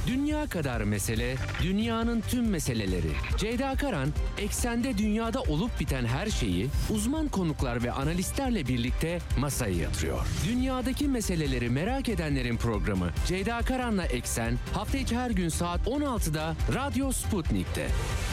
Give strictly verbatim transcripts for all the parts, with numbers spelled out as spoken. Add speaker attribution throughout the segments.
Speaker 1: Dünya kadar mesele, dünyanın tüm meseleleri. Ceyda Karan, eksende dünyada olup biten her şeyi uzman konuklar ve analistlerle birlikte masaya yatırıyor. Dünyadaki meseleleri merak edenlerin programı Ceyda Karan'la Eksen, hafta içi her gün saat on altıda Radyo Sputnik'te.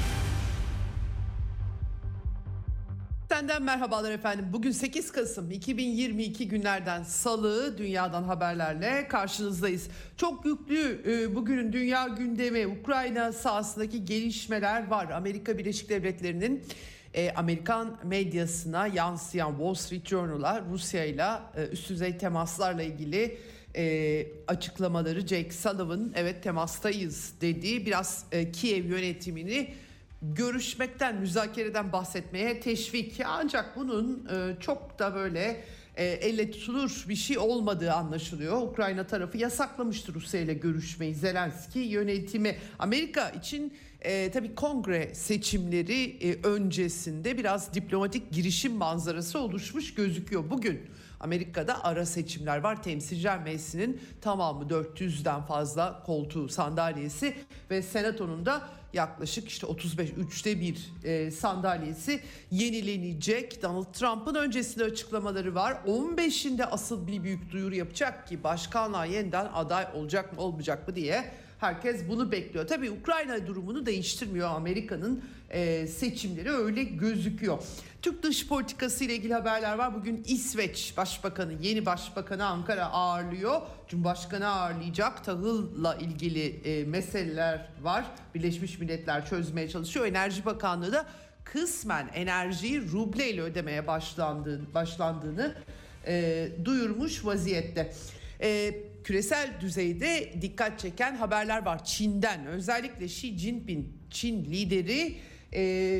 Speaker 2: Senden merhabalar efendim. Bugün sekiz Kasım iki bin yirmi iki günlerden Salı, dünyadan haberlerle karşınızdayız. Çok yüklü e, bugünün dünya gündemi, Ukrayna sahasındaki gelişmeler var. Amerika Birleşik Devletleri'nin e, Amerikan medyasına yansıyan Wall Street Journal'a Rusya ile üst düzey temaslarla ilgili e, açıklamaları. Jake Sullivan evet temastayız dediği biraz e, Kiev yönetimini görüşmekten, müzakereden bahsetmeye teşvik. Ancak bunun e, çok da böyle e, elle tutulur bir şey olmadığı anlaşılıyor. Ukrayna tarafı yasaklamıştır Rusya ile görüşmeyi. Zelenski yönetimi. Amerika için e, tabii kongre seçimleri e, öncesinde biraz diplomatik girişim manzarası oluşmuş gözüküyor. Bugün Amerika'da ara seçimler var. Temsilciler Meclisi'nin tamamı dört yüzden fazla koltuğu, sandalyesi ve Senato'nun da yaklaşık işte otuz beş üçte bir e, sandalyesi yenilenecek. Donald Trump'ın öncesinde açıklamaları var. on beşinde asıl bir büyük duyuru yapacak ki başkanlığa yeniden aday olacak mı olmayacak mı diye herkes bunu bekliyor. Tabii Ukrayna durumunu değiştirmiyor Amerika'nın e, seçimleri, öyle gözüküyor. Türk dış politikası ile ilgili haberler var. Bugün İsveç Başbakanı, yeni başbakanı Ankara ağırlıyor. Cumhurbaşkanı ağırlayacak. Tahılla ilgili e, meseleler var. Birleşmiş Milletler çözmeye çalışıyor. Enerji Bakanlığı da kısmen enerjiyi rubleyle ödemeye başlandığını, başlandığını e, duyurmuş vaziyette. E, küresel düzeyde dikkat çeken haberler var Çin'den. Özellikle Xi Jinping, Çin lideri e,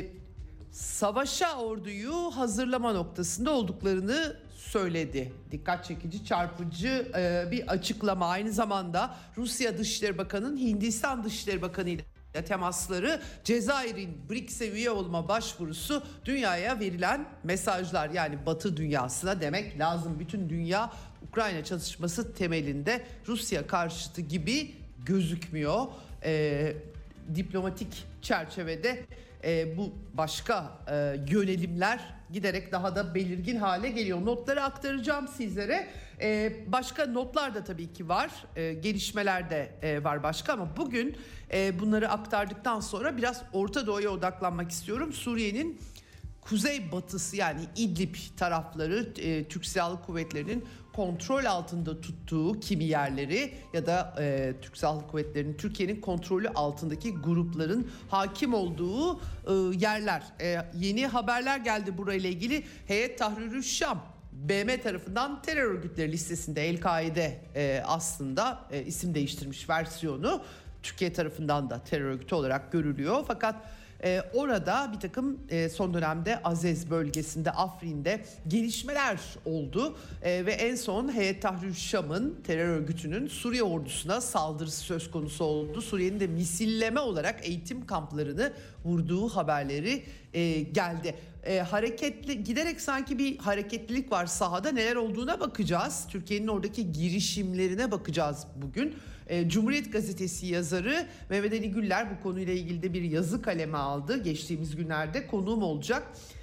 Speaker 2: savaşa orduyu hazırlama noktasında olduklarını söyledi. Dikkat çekici, çarpıcı e, bir açıklama. Aynı zamanda Rusya Dışişleri Bakanı'nın Hindistan Dışişleri Bakanı ile temasları, Cezayir'in B R I C S'e üye olma başvurusu, dünyaya verilen mesajlar, yani Batı dünyasına demek lazım. Bütün dünya Ukrayna çatışması temelinde Rusya karşıtı gibi gözükmüyor. E, diplomatik çerçevede e, bu başka e, yönelimler giderek daha da belirgin hale geliyor. Notları aktaracağım sizlere. E, başka notlar da tabii ki var. E, gelişmeler de e, var başka, ama bugün e, bunları aktardıktan sonra biraz Orta Doğu'ya odaklanmak istiyorum. Suriye'nin kuzeybatısı, yani İdlib tarafları, e, Türk Silahlı Kuvvetleri'nin kontrol altında tuttuğu kimi yerleri ya da e, Türk Silahlı Kuvvetleri'nin, Türkiye'nin kontrolü altındaki grupların hakim olduğu e, yerler. E, yeni haberler geldi burayla ilgili. Heyet Tahrir-ü Şam, B M tarafından terör örgütleri listesinde, El-Kaide e, aslında e, isim değiştirmiş versiyonu, Türkiye tarafından da terör örgütü olarak görülüyor. Fakat Ee, orada bir takım e, son dönemde Azez bölgesinde, Afrin'de gelişmeler oldu ee, ve en son Heyet Tahrir Şam'ın, terör örgütünün Suriye ordusuna saldırısı söz konusu oldu. Suriye'nin de misilleme olarak eğitim kamplarını vurduğu haberleri e, geldi. E, hareketli giderek sanki bir hareketlilik var sahada, neler olduğuna bakacağız. Türkiye'nin oradaki girişimlerine bakacağız bugün. E, Cumhuriyet Gazetesi yazarı Mehmet Ali Güller bu konuyla ilgili de bir yazı kaleme aldı. Geçtiğimiz günlerde konuğum olacak.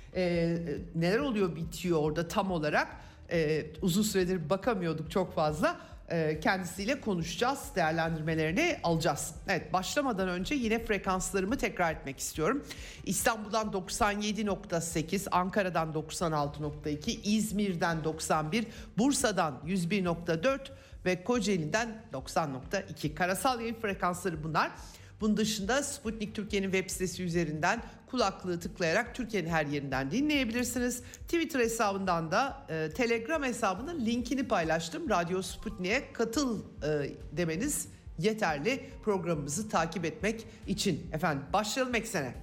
Speaker 2: E, neler oluyor bitiyor orada tam olarak? E, uzun süredir bakamıyorduk çok fazla. E, kendisiyle konuşacağız, değerlendirmelerini alacağız. Evet, başlamadan önce yine frekanslarımı tekrar etmek istiyorum. İstanbul'dan doksan yedi nokta sekiz, Ankara'dan doksan altı nokta iki, İzmir'den doksan bir, Bursa'dan yüz bir nokta dört ve Kocaeli'den doksan nokta iki. Karasal yayın frekansları bunlar. Bunun dışında Sputnik Türkiye'nin web sitesi üzerinden kulaklığı tıklayarak Türkiye'nin her yerinden dinleyebilirsiniz. Twitter hesabından da e, Telegram hesabının linkini paylaştım. Radyo Sputnik'e katıl e, demeniz yeterli programımızı takip etmek için. Efendim başlayalım Eksen'e.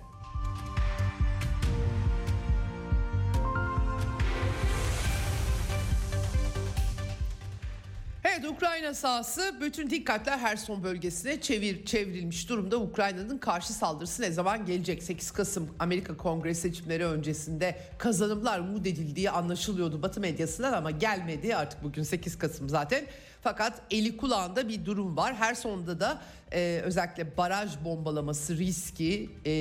Speaker 2: Evet, Ukrayna sahası bütün dikkatler Herson bölgesine çevir, çevrilmiş durumda. Ukrayna'nın karşı saldırısı ne zaman gelecek? sekiz Kasım Amerika Kongre seçimleri öncesinde kazanımlar umut edildiği anlaşılıyordu Batı medyasından ama gelmedi. Artık bugün sekiz Kasım zaten. Fakat eli kulağında bir durum var. Herson'da da e, özellikle baraj bombalaması riski e,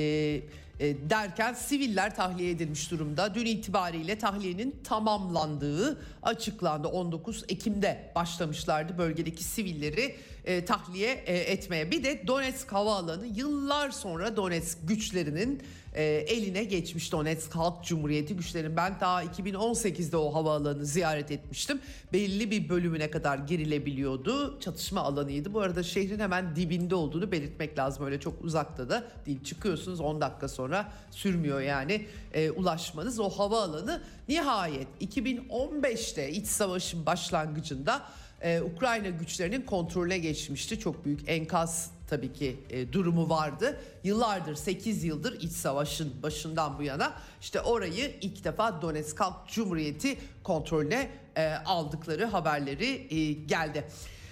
Speaker 2: e, derken siviller tahliye edilmiş durumda. Dün itibariyle tahliyenin tamamlandığı açıklandı. on dokuz Ekim'de başlamışlardı bölgedeki sivilleri e, tahliye e, etmeye. Bir de Donetsk havaalanı yıllar sonra Donetsk güçlerinin e, eline geçmiş. Donetsk Halk Cumhuriyeti güçlerinin, ben daha iki bin on sekizde o havaalanını ziyaret etmiştim. Belli bir bölümüne kadar girilebiliyordu. Çatışma alanıydı. Bu arada şehrin hemen dibinde olduğunu belirtmek lazım. Öyle çok uzakta da değil. Çıkıyorsunuz on dakika sonra sürmüyor yani e, ulaşmanız. O havaalanı nihayet iki bin on beşte iç savaşın başlangıcında Ee, Ukrayna güçlerinin kontrolüne geçmişti. Çok büyük enkaz tabii ki e, durumu vardı. Yıllardır, sekiz yıldır iç savaşın başından bu yana işte orayı ilk defa Donetsk Halk Cumhuriyeti kontrolüne e, aldıkları haberleri e, geldi.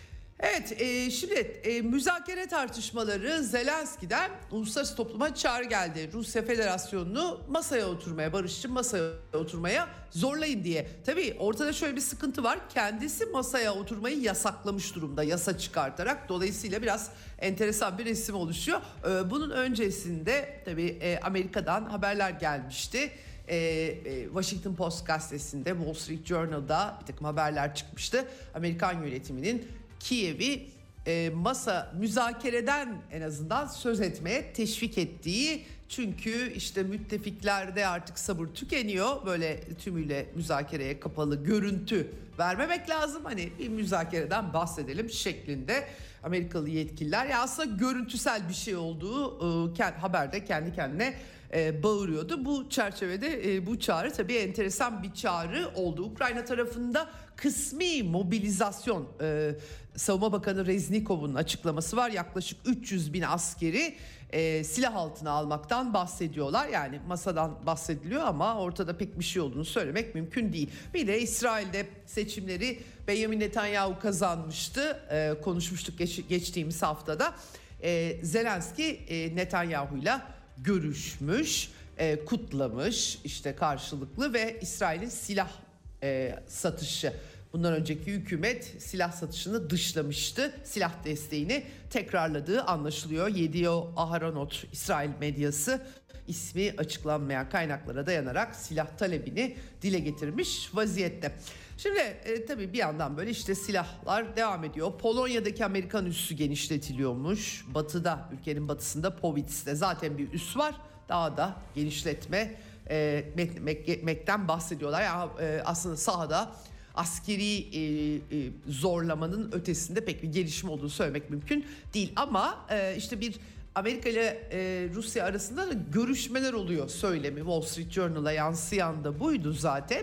Speaker 2: Evet, e, şimdi e, müzakere tartışmaları Zelenski'den uluslararası topluma çağrı geldi. Rusya Federasyonu'nu masaya oturmaya, barışçı masaya oturmaya zorlayın diye. Tabii ortada şöyle bir sıkıntı var. Kendisi masaya oturmayı yasaklamış durumda, yasa çıkartarak. Dolayısıyla biraz enteresan bir resim oluşuyor. E, bunun öncesinde tabii e, Amerika'dan haberler gelmişti. Ee, Washington Post gazetesinde, Wall Street Journal'da bir takım haberler çıkmıştı. Amerikan yönetiminin Kiev'i e, masa müzakereden en azından söz etmeye teşvik ettiği, çünkü işte müttefiklerde artık sabır tükeniyor, böyle tümüyle müzakereye kapalı görüntü vermemek lazım, hani bir müzakereden bahsedelim şeklinde Amerikalı yetkililer, ya aslında görüntüsel bir şey olduğu e, haberde kendi kendine e, bağırıyordu. Bu çerçevede e, bu çağrı tabii enteresan bir çağrı oldu. Ukrayna tarafında kısmi mobilizasyon, e, Savunma Bakanı Reznikov'un açıklaması var. Yaklaşık üç yüz bin askeri e, silah altına almaktan bahsediyorlar. Yani masadan bahsediliyor ama ortada pek bir şey olduğunu söylemek mümkün değil. Bir de İsrail'de seçimleri Benjamin Netanyahu kazanmıştı. E, konuşmuştuk geç, geçtiğimiz haftada. E, Zelenski e, Netanyahu'yla görüşmüş, e, kutlamış işte karşılıklı ve İsrail'in silah e, satışı, bundan önceki hükümet silah satışını dışlamıştı. Silah desteğini tekrarladığı anlaşılıyor. Yedioth Aharonot İsrail medyası ismi açıklanmayan kaynaklara dayanarak silah talebini dile getirmiş vaziyette. Şimdi e, tabii bir yandan böyle işte silahlar devam ediyor. Polonya'daki Amerikan üssü genişletiliyormuş. Batıda, ülkenin batısında Powitz'te zaten bir üs var. Daha da genişletme e, mekten bahsediyorlar. Yani e, aslında sahada askeri e, e, zorlamanın ötesinde pek bir gelişme olduğunu söylemek mümkün değil. Ama e, işte bir Amerika ile e, Rusya arasında da görüşmeler oluyor söylemi. Wall Street Journal'a yansıyan da buydu zaten.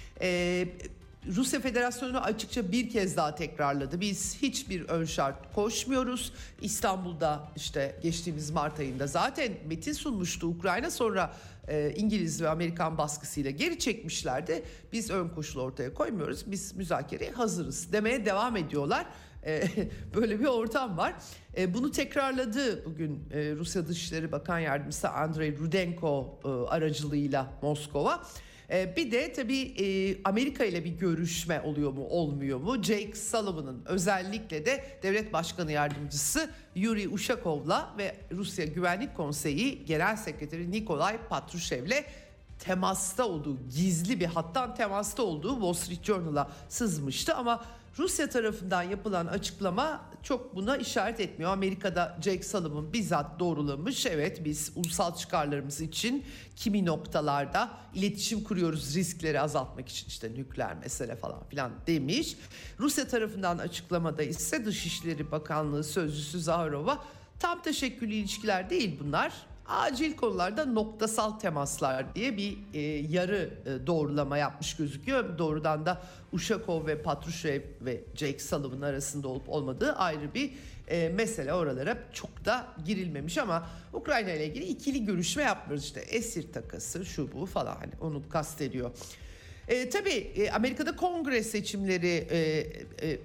Speaker 2: E, Rusya Federasyonu açıkça bir kez daha tekrarladı. Biz hiçbir ön şart koşmuyoruz. İstanbul'da işte geçtiğimiz Mart ayında zaten metin sunmuştu Ukrayna. Sonra e, İngiliz ve Amerikan baskısıyla geri çekmişlerdi. Biz ön koşul ortaya koymuyoruz. Biz müzakereye hazırız demeye devam ediyorlar. E, böyle bir ortam var. E, bunu tekrarladı bugün e, Rusya Dışişleri Bakan Yardımcısı Andrei Rudenko e, aracılığıyla Moskova. Bir de tabii Amerika ile bir görüşme oluyor mu olmuyor mu? Jake Sullivan'ın özellikle de Devlet Başkanı Yardımcısı Yuri Ushakov'la ve Rusya Güvenlik Konseyi Genel Sekreteri Nikolay Patrushev'le temasta olduğu, gizli bir hattan temasta olduğu Wall Street Journal'a sızmıştı ama Rusya tarafından yapılan açıklama çok buna işaret etmiyor. Amerika'da Jake Sullivan bizzat doğrulamış. Evet, biz ulusal çıkarlarımız için kimi noktalarda iletişim kuruyoruz riskleri azaltmak için, işte nükleer mesele falan filan demiş. Rusya tarafından açıklamada ise Dışişleri Bakanlığı Sözcüsü Zaharova, tam teşekküllü ilişkiler değil bunlar, acil konularda noktasal temaslar diye bir e, yarı e, doğrulama yapmış gözüküyor. Doğrudan da Ushakov ve Patrushev ve Jake Sullivan arasında olup olmadığı ayrı bir e, mesele. Oralara çok da girilmemiş ama Ukrayna ile ilgili ikili görüşme yapmıyoruz, işte esir takası şu bu falan, hani onu kastediyor. E, tabii e, Amerika'da kongre seçimleri e, e,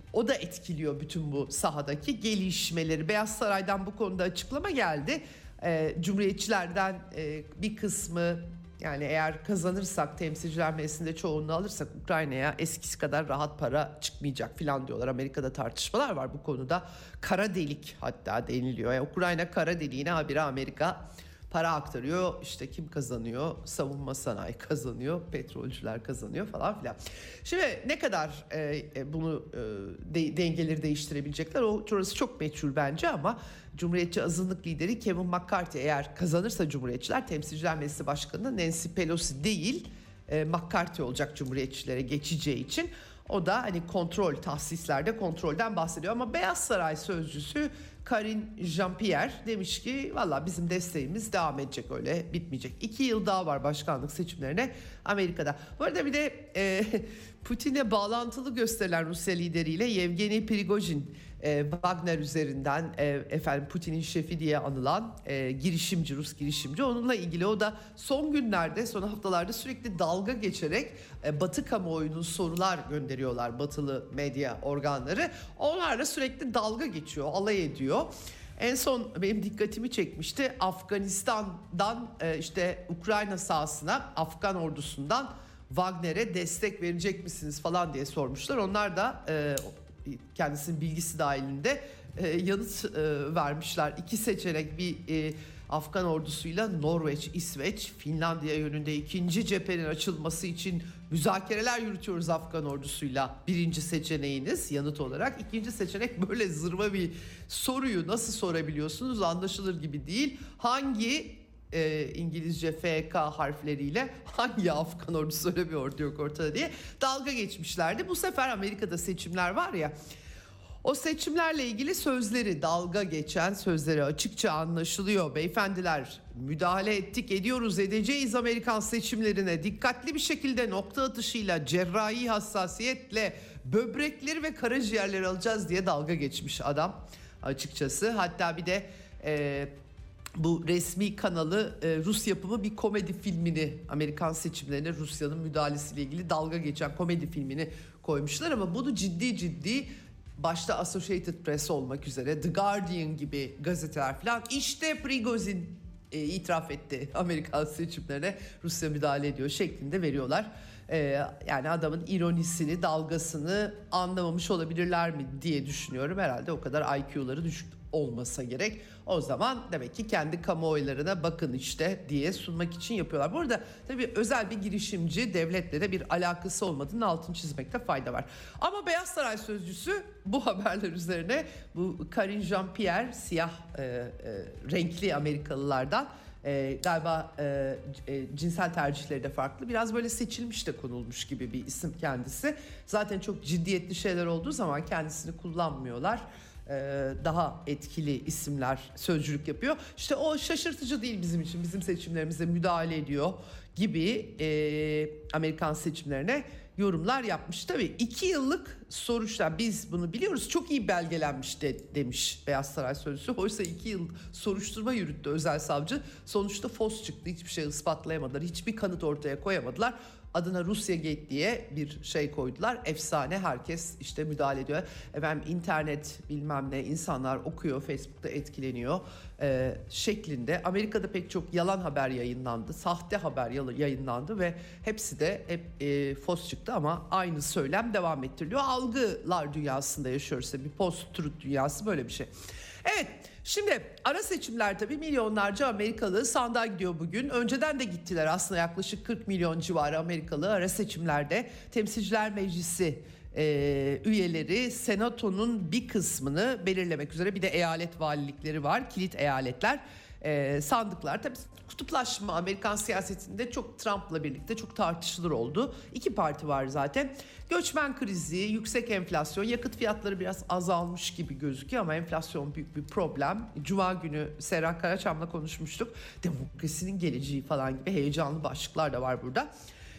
Speaker 2: o da etkiliyor bütün bu sahadaki gelişmeleri. Beyaz Saray'dan bu konuda açıklama geldi. E, Cumhuriyetçilerden e, bir kısmı, yani eğer kazanırsak, temsilciler meclisinde çoğunluğu alırsak Ukrayna'ya eskisi kadar rahat para çıkmayacak falan diyorlar. Amerika'da tartışmalar var bu konuda. Kara delik hatta deniliyor. Yani Ukrayna kara deliğine habire Amerika para aktarıyor. İşte kim kazanıyor? Savunma sanayi kazanıyor, petrolcüler kazanıyor falan filan. Şimdi ne kadar e, bunu e, de, dengeleri değiştirebilecekler, o orası çok meçhul bence, ama Cumhuriyetçi azınlık lideri Kevin McCarthy eğer kazanırsa Cumhuriyetçiler, Temsilciler Meclisi Başkanı Nancy Pelosi değil e, McCarthy olacak Cumhuriyetçilere geçeceği için. O da hani kontrol, tahsislerde kontrolden bahsediyor, ama Beyaz Saray sözcüsü Karine Jean-Pierre demiş ki valla bizim desteğimiz devam edecek, öyle bitmeyecek. İki yıl daha var başkanlık seçimlerine Amerika'da. Bu arada bir de e, Putin'e bağlantılı gösterilen Rusya lideriyle Yevgeni Prigojin, e, Wagner üzerinden e, efendim Putin'in şefi diye anılan e, girişimci, Rus girişimci, onunla ilgili o da son günlerde, son haftalarda sürekli dalga geçerek e, Batı kamuoyunun sorular gönderiyorlar, batılı medya organları. Onlarla sürekli dalga geçiyor, alay ediyor. En son benim dikkatimi çekmişti. Afganistan'dan e, işte Ukrayna sahasına, Afgan ordusundan Wagner'e destek verecek misiniz falan diye sormuşlar. Onlar da e, kendisinin bilgisi dahilinde e, yanıt e, vermişler. İki seçenek, bir e, Afgan ordusuyla Norveç, İsveç, Finlandiya yönünde ikinci cephenin açılması için müzakereler yürütüyoruz Afgan ordusuyla. Birinci seçeneğiniz yanıt olarak. İkinci seçenek, böyle zırva bir soruyu nasıl sorabiliyorsunuz, anlaşılır gibi değil. Hangi e, İngilizce F K harfleriyle hangi Afgan ordusu, öyle bir ordu yok ortada diye dalga geçmişlerdi. Bu sefer Amerika'da seçimler var ya, o seçimlerle ilgili sözleri, dalga geçen sözleri açıkça anlaşılıyor. Beyefendiler, müdahale ettik, ediyoruz, edeceğiz Amerikan seçimlerine. Dikkatli bir şekilde, nokta atışıyla, cerrahi hassasiyetle böbrekleri ve karaciğerleri alacağız diye dalga geçmiş adam açıkçası. Hatta bir de e, bu resmi kanalı e, Rus yapımı bir komedi filmini, Amerikan seçimlerine Rusya'nın müdahalesiyle ilgili dalga geçen komedi filmini koymuşlar, ama bunu ciddi ciddi, başta Associated Press olmak üzere The Guardian gibi gazeteler falan, işte Prigozhin e, itiraf etti, Amerikan seçimlerine Rusya müdahale ediyor şeklinde veriyorlar. E, yani adamın ironisini, dalgasını anlamamış olabilirler mi diye düşünüyorum. Herhalde o kadar I Q'ları düşük olmasa gerek. O zaman demek ki kendi kamuoylarına bakın işte diye sunmak için yapıyorlar. Bu arada tabii özel bir girişimci, devletle de bir alakası olmadığını altını çizmekte fayda var. Ama Beyaz Saray sözcüsü bu haberler üzerine, bu Karine Jean-Pierre, siyah e, e, renkli Amerikalılardan, e, galiba e, e, cinsel tercihleri de farklı, biraz böyle seçilmiş de konulmuş gibi bir isim kendisi. Zaten çok ciddiyetli şeyler olduğu zaman kendisini kullanmıyorlar. Daha etkili isimler sözcülük yapıyor. İşte o şaşırtıcı değil bizim için. Bizim seçimlerimize müdahale ediyor gibi e, Amerikan seçimlerine yorumlar yapmış. Tabii iki yıllık soruşturma, biz bunu biliyoruz, çok iyi belgelenmiş de, demiş Beyaz Saray sözcüsü. Oysa iki yıl soruşturma yürüttü özel savcı. Sonuçta fos çıktı, hiçbir şey ispatlayamadılar, hiçbir kanıt ortaya koyamadılar. Adına Rusya Gate diye bir şey koydular. Efsane, herkes işte müdahale ediyor. Efendim internet bilmem ne, insanlar okuyor, Facebook'ta etkileniyor e, şeklinde. Amerika'da pek çok yalan haber yayınlandı, sahte haber yayınlandı ve hepsi de hep e, fos çıktı, ama aynı söylem devam ettiriliyor. Algılar dünyasında yaşıyoruz, bir post-truth dünyası, böyle bir şey. Evet, şimdi ara seçimler tabii, milyonlarca Amerikalı sandığa gidiyor bugün. Önceden de gittiler aslında, yaklaşık kırk milyon civarı Amerikalı ara seçimlerde. Temsilciler Meclisi e, üyeleri Senato'nun bir kısmını belirlemek üzere, bir de eyalet valilikleri var, kilit eyaletler. Ee, sandıklar tabii, kutuplaşma Amerikan siyasetinde çok Trump'la birlikte çok tartışılır oldu. İki parti var zaten. Göçmen krizi, yüksek enflasyon, yakıt fiyatları biraz azalmış gibi gözüküyor ama enflasyon büyük bir problem. Cuma günü Serra Karaçam'la konuşmuştuk. Demokrasinin geleceği falan gibi heyecanlı başlıklar da var burada.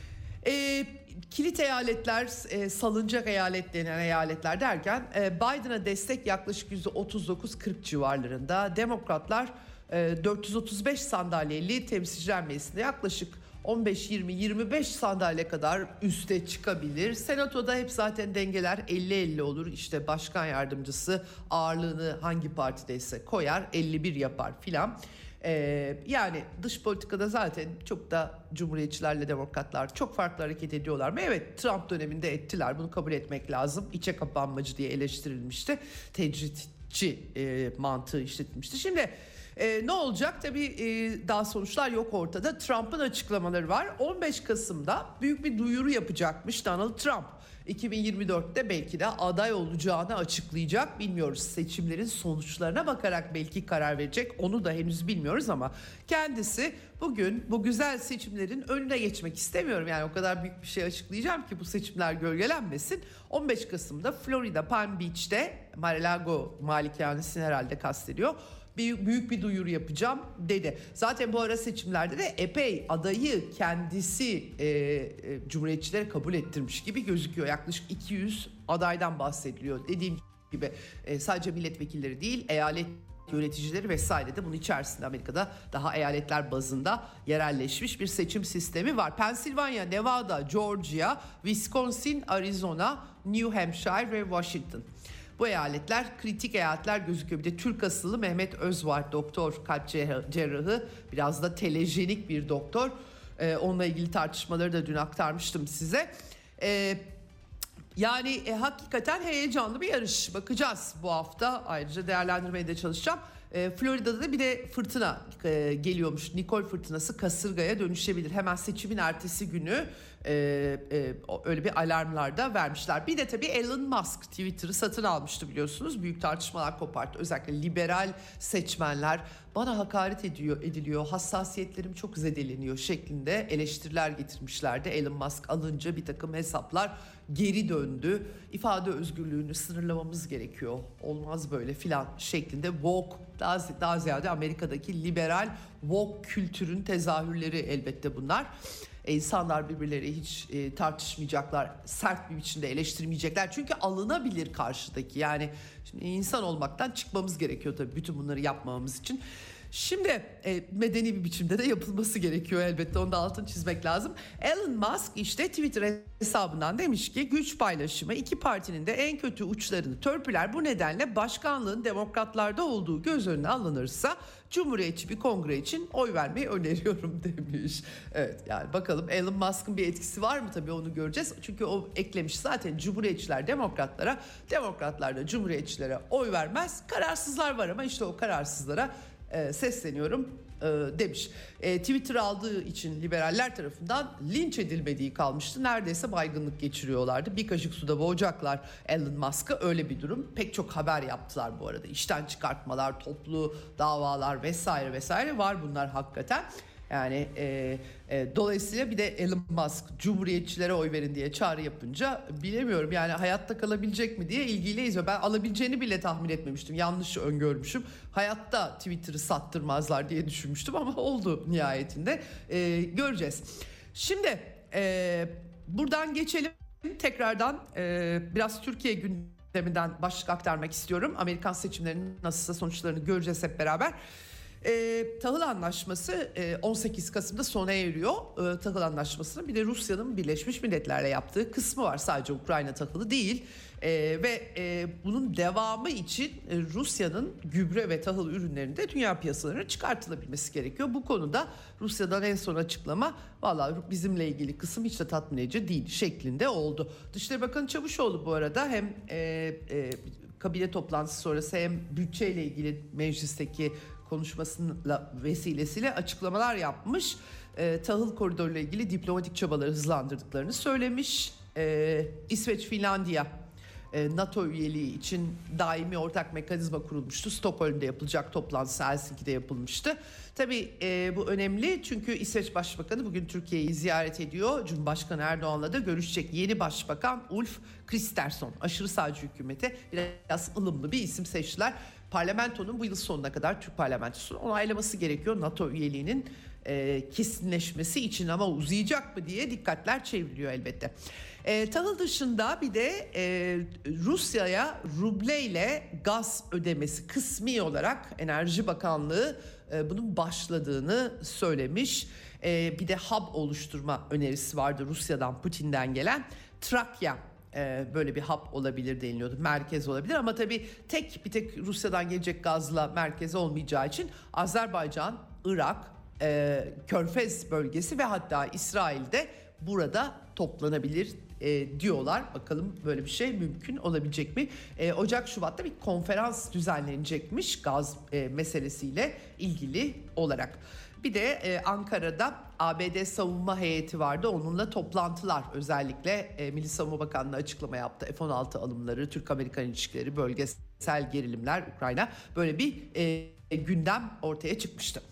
Speaker 2: E, kilit eyaletler, e, salınacak eyalet denen eyaletler derken e, Biden'a destek yaklaşık yüzde otuz dokuz kırk civarlarında. Demokratlar dört yüz otuz beş sandalyeli Temsilciler Meclisi'nde yaklaşık on beş, yirmi, yirmi beş sandalye kadar üste çıkabilir. Senatoda hep zaten dengeler elli elli olur. İşte başkan yardımcısı ağırlığını hangi partideyse koyar, elli bir yapar filan. Ee, yani dış politikada zaten çok da Cumhuriyetçilerle Demokratlar çok farklı hareket ediyorlar mı? Evet, Trump döneminde ettiler, bunu kabul etmek lazım. İçe kapanmacı diye eleştirilmişti. Tecritçi e, mantığı işletilmişti. Şimdi e, ne olacak? Tabii e, daha sonuçlar yok ortada. Trump'ın açıklamaları var. on beş Kasım'da büyük bir duyuru yapacakmış Donald Trump. iki bin yirmi dörtte belki de aday olacağını açıklayacak, bilmiyoruz. Seçimlerin sonuçlarına bakarak belki karar verecek, onu da henüz bilmiyoruz ama kendisi bugün bu güzel seçimlerin önüne geçmek istemiyorum. Yani o kadar büyük bir şey açıklayacağım ki bu seçimler gölgelenmesin. on beş Kasım'da Florida Palm Beach'te, Mar-a-Lago malikanesini herhalde kastediyor, büyük, büyük bir duyuru yapacağım dedi. Zaten bu ara seçimlerde de epey adayı kendisi e, e, Cumhuriyetçilere kabul ettirmiş gibi gözüküyor. Yaklaşık iki yüz adaydan bahsediliyor. Dediğim gibi e, sadece milletvekilleri değil, eyalet yöneticileri vesaire de bunun içerisinde. Amerika'da daha eyaletler bazında yerelleşmiş bir seçim sistemi var. Pennsylvania, Nevada, Georgia, Wisconsin, Arizona, New Hampshire ve Washington. Bu eyaletler kritik eyaletler gözüküyor. Bir de Türk asıllı Mehmet Öz var, doktor, kalp cerrahı, biraz da telejenik bir doktor. Ee, onunla ilgili tartışmaları da dün aktarmıştım size. Ee, yani e, hakikaten heyecanlı bir yarış. Bakacağız bu hafta. Ayrıca değerlendirmeye de çalışacağım. E, Florida'da da bir de fırtına e, geliyormuş. Nicole fırtınası kasırgaya dönüşebilir. Hemen seçimin ertesi günü e, e, öyle bir alarmlar da vermişler. Bir de tabii Elon Musk Twitter'ı satın almıştı, biliyorsunuz. Büyük tartışmalar koparttı. Özellikle liberal seçmenler bana hakaret ediyor, ediliyor, hassasiyetlerim çok zedeleniyor şeklinde eleştiriler getirmişlerdi. Elon Musk alınca bir takım hesaplar geri döndü. İfade özgürlüğünü sınırlamamız gerekiyor, olmaz böyle filan şeklinde woke, daha, daha ziyade Amerika'daki liberal woke kültürün tezahürleri elbette bunlar. E, insanlar birbirleri hiç e, tartışmayacaklar, sert bir biçimde eleştirmeyecekler. Çünkü alınabilir karşıdaki. Yani şimdi insan olmaktan çıkmamız gerekiyor tabii bütün bunları yapmamamız için. Şimdi e, medeni bir biçimde de yapılması gerekiyor elbette, onu da altını çizmek lazım. Elon Musk işte Twitter hesabından demiş ki güç paylaşımı iki partinin de en kötü uçlarını törpüler. Bu nedenle başkanlığın demokratlarda olduğu göz önüne alınırsa Cumhuriyetçi bir kongre için oy vermeyi öneriyorum demiş. Evet, yani bakalım Elon Musk'ın bir etkisi var mı, tabii onu göreceğiz. Çünkü o eklemiş zaten, Cumhuriyetçiler demokratlara, demokratlar da Cumhuriyetçilere oy vermez. Kararsızlar var ama işte o kararsızlara e, sesleniyorum e, demiş. E, Twitter aldığı için liberaller tarafından linç edilmediği kalmıştı. Neredeyse baygınlık geçiriyorlardı. Bir kaşık suda boğacaklar Elon Musk'ı, öyle bir durum. Pek çok haber yaptılar bu arada. İşten çıkartmalar, toplu davalar vesaire vesaire var bunlar hakikaten. Yani e, e, dolayısıyla bir de Elon Musk Cumhuriyetçilere oy verin diye çağrı yapınca bilemiyorum yani hayatta kalabilecek mi diye ilgiyle izliyor. Ben alabileceğini bile tahmin etmemiştim. Yanlış öngörmüşüm. Hayatta Twitter'ı sattırmazlar diye düşünmüştüm ama oldu nihayetinde. E, göreceğiz. Şimdi e, buradan geçelim. Tekrardan e, biraz Türkiye gündeminden başlık aktarmak istiyorum. Amerikan seçimlerinin nasılsa sonuçlarını göreceğiz hep beraber. E, tahıl anlaşması e, on sekiz Kasım'da sona eriyor. E, tahıl anlaşmasının bir de Rusya'nın Birleşmiş Milletler'le yaptığı kısmı var. Sadece Ukrayna tahılı değil. E, ve e, bunun devamı için e, Rusya'nın gübre ve tahıl ürünlerinin de dünya piyasalarına çıkartılabilmesi gerekiyor. Bu konuda Rusya'dan en son açıklama, vallahi bizimle ilgili kısım hiç de tatmin edici değil şeklinde oldu. Dışişleri Bakanı Çavuşoğlu bu arada hem e, e, kabine toplantısı sonrası hem bütçeyle ilgili meclisteki konuşmasıyla vesilesiyle açıklamalar yapmış. E, tahıl koridoru ile ilgili diplomatik çabaları hızlandırdıklarını söylemiş. E, İsveç, Finlandiya e, NATO üyeliği için daimi ortak mekanizma kurulmuştu. Stockholm'de yapılacak toplantısı Helsinki'de yapılmıştı. Tabii e, bu önemli çünkü İsveç Başbakanı bugün Türkiye'yi ziyaret ediyor. Cumhurbaşkanı Erdoğan'la da görüşecek. Yeni Başbakan Ulf Kristersson, aşırı sağcı hükümete biraz ılımlı bir isim seçtiler. Parlamentonun bu yıl sonuna kadar, Türk parlamentosunun onaylaması gerekiyor NATO üyeliğinin e, kesinleşmesi için, ama uzayacak mı diye dikkatler çevriliyor elbette. E, tahıl dışında bir de e, Rusya'ya rubleyle gaz ödemesi kısmi olarak Enerji Bakanlığı e, bunun başladığını söylemiş. E, bir de hub oluşturma önerisi vardı Rusya'dan, Putin'den gelen. Trakya e, böyle bir hub olabilir deniliyordu. Merkez olabilir ama tabii tek bir tek Rusya'dan gelecek gazla merkez olmayacağı için Azerbaycan, Irak, e, Körfez bölgesi ve hatta İsrail'de burada toplanabilir e, diyorlar. Bakalım böyle bir şey mümkün olabilecek mi? E, Ocak Şubat'ta bir konferans düzenlenecekmiş gaz e, meselesiyle ilgili olarak. Bir de e, Ankara'da A B D savunma heyeti vardı. Onunla toplantılar, özellikle e, Milli Savunma Bakanlığı açıklama yaptı. F on altı alımları, Türk-Amerikan ilişkileri, bölgesel gerilimler, Ukrayna, böyle bir e, gündem ortaya çıkmıştı.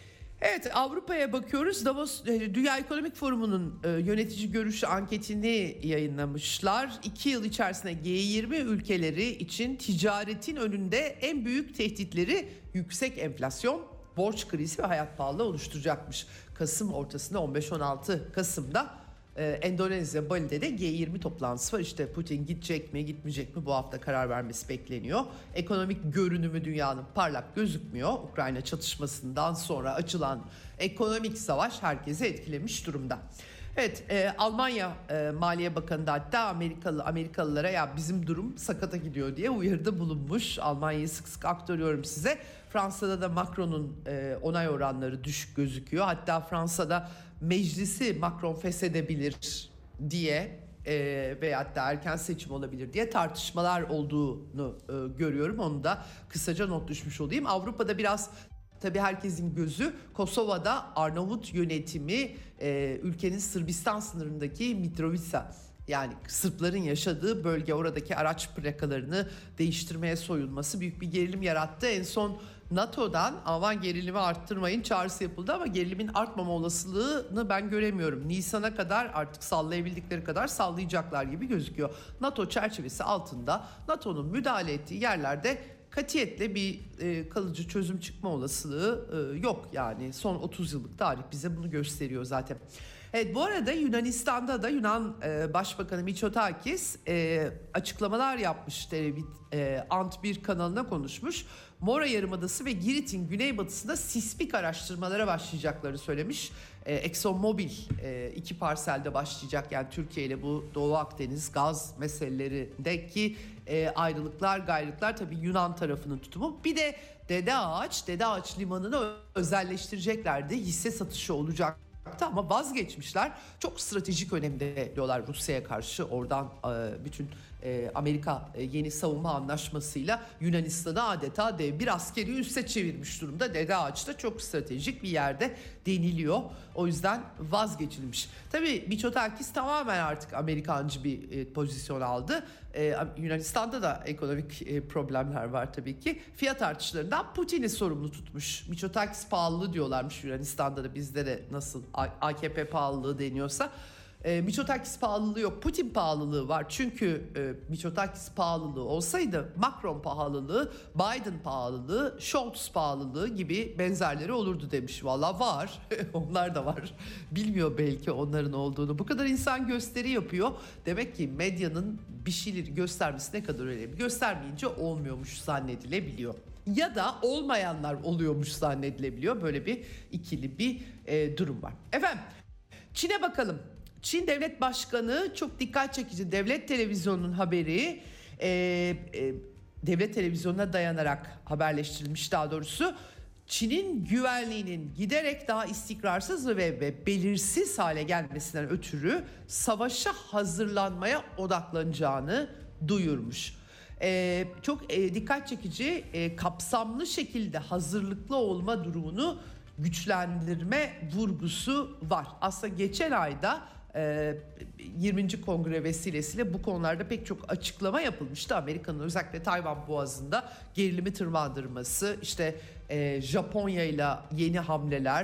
Speaker 2: Evet, Avrupa'ya bakıyoruz. Davos Dünya Ekonomik Forumu'nun e, yönetici görüşü anketini yayınlamışlar. İki yıl içerisinde G yirmi ülkeleri için ticaretin önünde en büyük tehditleri yüksek enflasyon, borç krizi ve hayat pahalılığı oluşturacakmış. Kasım ortasında, on beş on altı Kasım'da e, Endonezya Bali'de de G yirmi toplantısı var. İşte Putin gidecek mi gitmeyecek mi, bu hafta karar vermesi bekleniyor. Ekonomik görünümü dünyanın parlak gözükmüyor. Ukrayna çatışmasından sonra açılan ekonomik savaş herkesi etkilemiş durumda. Evet, e, Almanya e, Maliye Bakanı da hatta Amerikalı Amerikalılara ya bizim durum sakata gidiyor diye uyarıda bulunmuş. Almanya'yı sık sık aktarıyorum size. Fransa'da da Macron'un e, onay oranları düşük gözüküyor. Hatta Fransa'da meclisi Macron feshedebilir diye e, veyahut da erken seçim olabilir diye tartışmalar olduğunu e, görüyorum. Onu da kısaca not düşmüş olayım. Avrupa'da biraz tabii herkesin gözü Kosova'da Arnavut yönetimi e, ülkenin Sırbistan sınırındaki Mitrovica, yani Sırpların yaşadığı bölge, oradaki araç plakalarını değiştirmeye soyulması büyük bir gerilim yarattı. En son NATO'dan aman gerilimi arttırmayın çağrısı yapıldı ama gerilimin artmama olasılığını ben göremiyorum. Nisan'a kadar artık sallayabildikleri kadar sallayacaklar gibi gözüküyor. NATO çerçevesi altında NATO'nun müdahale ettiği yerlerde katiyetle bir e, kalıcı çözüm çıkma olasılığı e, yok. Yani son otuz yıllık tarih bize bunu gösteriyor zaten. Evet, bu arada Yunanistan'da da Yunan e, Başbakanı Mitsotakis e, açıklamalar yapmış. Televid e, Ant bir kanalına konuşmuş. Mora Yarımadası ve Girit'in güneybatısında sismik araştırmalara başlayacaklarını söylemiş. E, ExxonMobil e, iki parselde başlayacak, yani Türkiye ile bu Doğu Akdeniz gaz meselelerindeki e, ayrılıklar gayrılıklar tabii Yunan tarafının tutumu. Bir de Dede Ağaç, Dede Ağaç limanını özelleştireceklerdi, hisse satışı olacak ama vazgeçmişler. Çok stratejik önemde diyorlar Rusya'ya karşı. Oradan bütün Amerika yeni savunma anlaşmasıyla Yunanistan'ı adeta dev bir askeri üsse çevirmiş durumda. Dede Ağaç'ta çok stratejik bir yerde deniliyor. O yüzden vazgeçilmiş. Tabii Mitsotakis tamamen artık Amerikancı bir pozisyon aldı. Ee, Yunanistan'da da ekonomik e, problemler var tabii ki. Fiyat artışlarından Putin'i sorumlu tutmuş. Mitsotakis pahalılığı diyorlarmış Yunanistan'da da, bizde de nasıl A K P pahalılığı deniyorsa. E, Mitsotakis pahalılığı yok, Putin pahalılığı var. Çünkü e, Mitsotakis pahalılığı olsaydı Macron pahalılığı, Biden pahalılığı, Scholz pahalılığı gibi benzerleri olurdu demiş. Valla var, onlar da var. Bilmiyor belki onların olduğunu. Bu kadar insan gösteri yapıyor. Demek ki medyanın bir şeyleri göstermesi ne kadar önemli. Göstermeyince olmuyormuş zannedilebiliyor. Ya da olmayanlar oluyormuş zannedilebiliyor. Böyle bir ikili bir e, durum var. Efendim, Çin'e bakalım. Çin Devlet Başkanı çok dikkat çekici, devlet televizyonunun haberi, e, e, devlet televizyonuna dayanarak haberleştirilmiş daha doğrusu. Çin'in güvenliğinin giderek daha istikrarsız ve, ve belirsiz hale gelmesinden ötürü savaşa hazırlanmaya odaklanacağını duyurmuş. Ee, çok e, dikkat çekici, e, kapsamlı şekilde hazırlıklı olma durumunu güçlendirme vurgusu var. Aslında geçen ayda e, yirminci kongre vesilesiyle bu konularda pek çok açıklama yapılmıştı. Amerika'nın özellikle Tayvan Boğazı'nda gerilimi tırmandırması, işte e, Japonya ile yeni hamleler,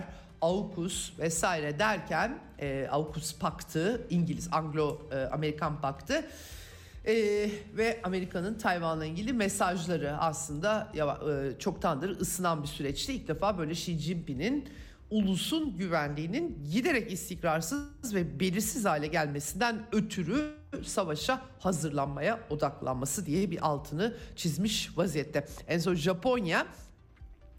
Speaker 2: AUKUS vesaire derken e, AUKUS paktı, İngiliz Anglo-Amerikan paktı e, ve Amerika'nın Tayvan'la ilgili mesajları aslında ya, e, çoktandır ısınan bir süreçte ilk defa böyle Xi Jinping'in ulusun güvenliğinin giderek istikrarsız ve belirsiz hale gelmesinden ötürü savaşa hazırlanmaya odaklanması diye bir altını çizmiş vaziyette. En son Japonya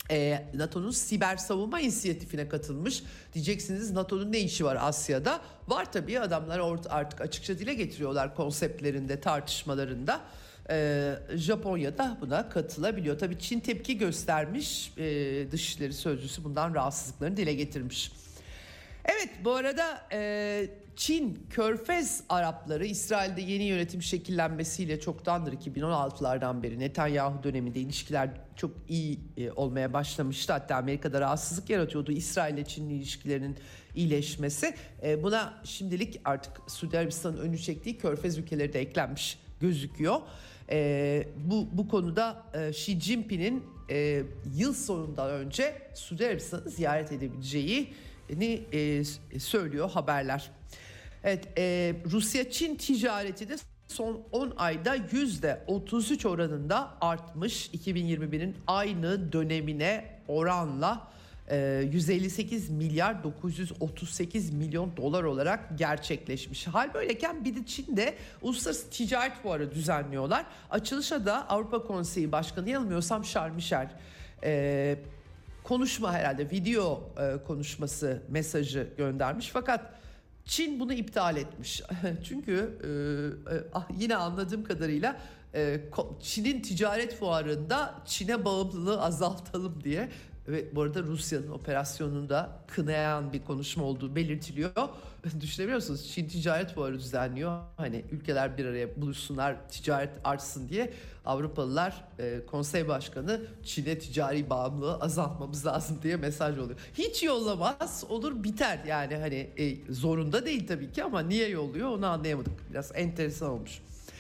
Speaker 2: E, NATO'nun siber savunma inisiyatifine katılmış. Diyeceksiniz NATO'nun ne işi var Asya'da? Var tabii, adamlar artık açıkça dile getiriyorlar konseptlerinde, tartışmalarında. Ee, Japonya da buna katılabiliyor. Tabii Çin tepki göstermiş. Ee, Dışişleri Sözcüsü bundan rahatsızlıklarını dile getirmiş. Evet, bu arada e, Çin, Körfez Arapları İsrail'de yeni yönetim şekillenmesiyle çoktandır iki bin on altılardan beri Netanyahu döneminde ilişkiler çok iyi e, olmaya başlamıştı. Hatta Amerika'da rahatsızlık yaratıyordu İsrail ile Çin'in ilişkilerinin iyileşmesi. E, buna şimdilik artık Suudi Arabistan'ın önü çektiği Körfez ülkeleri de eklenmiş gözüküyor. E, bu bu konuda e, Xi Jinping'in e, yıl sonundan önce Suudi Arabistan'ı ziyaret edebileceği ni e, söylüyor haberler. Evet, e, Rusya-Çin ticareti de son on ayda yüzde otuz üç oranında artmış. iki bin yirmi birin aynı dönemine oranla e, yüz elli sekiz milyar dokuz yüz otuz sekiz milyon dolar olarak gerçekleşmiş. Hal böyleyken bir de Çin'de uluslararası ticaret fuarı düzenliyorlar. Açılışa da Avrupa Konseyi Başkanı, yanılmıyorsam Charles Michel e, konuşma, herhalde video e, konuşması mesajı göndermiş, fakat Çin bunu iptal etmiş. Çünkü e, e, yine anladığım kadarıyla e, Çin'in ticaret fuarında Çin'e bağımlılığı azaltalım diye, ve bu arada Rusya'nın operasyonunda kınayan bir konuşma olduğu belirtiliyor. Düşünebiliyor musunuz? Çin ticaret fuarı düzenliyor. Hani ülkeler bir araya buluşsunlar, ticaret artsın diye. Avrupalılar e, konsey başkanı Çin'e ticari bağımlılığı azaltmamız lazım diye mesaj oluyor. Hiç yollamaz, olur biter yani, hani e, zorunda değil tabii ki, ama niye yolluyor onu anlayamadık. Biraz enteresan olmuş.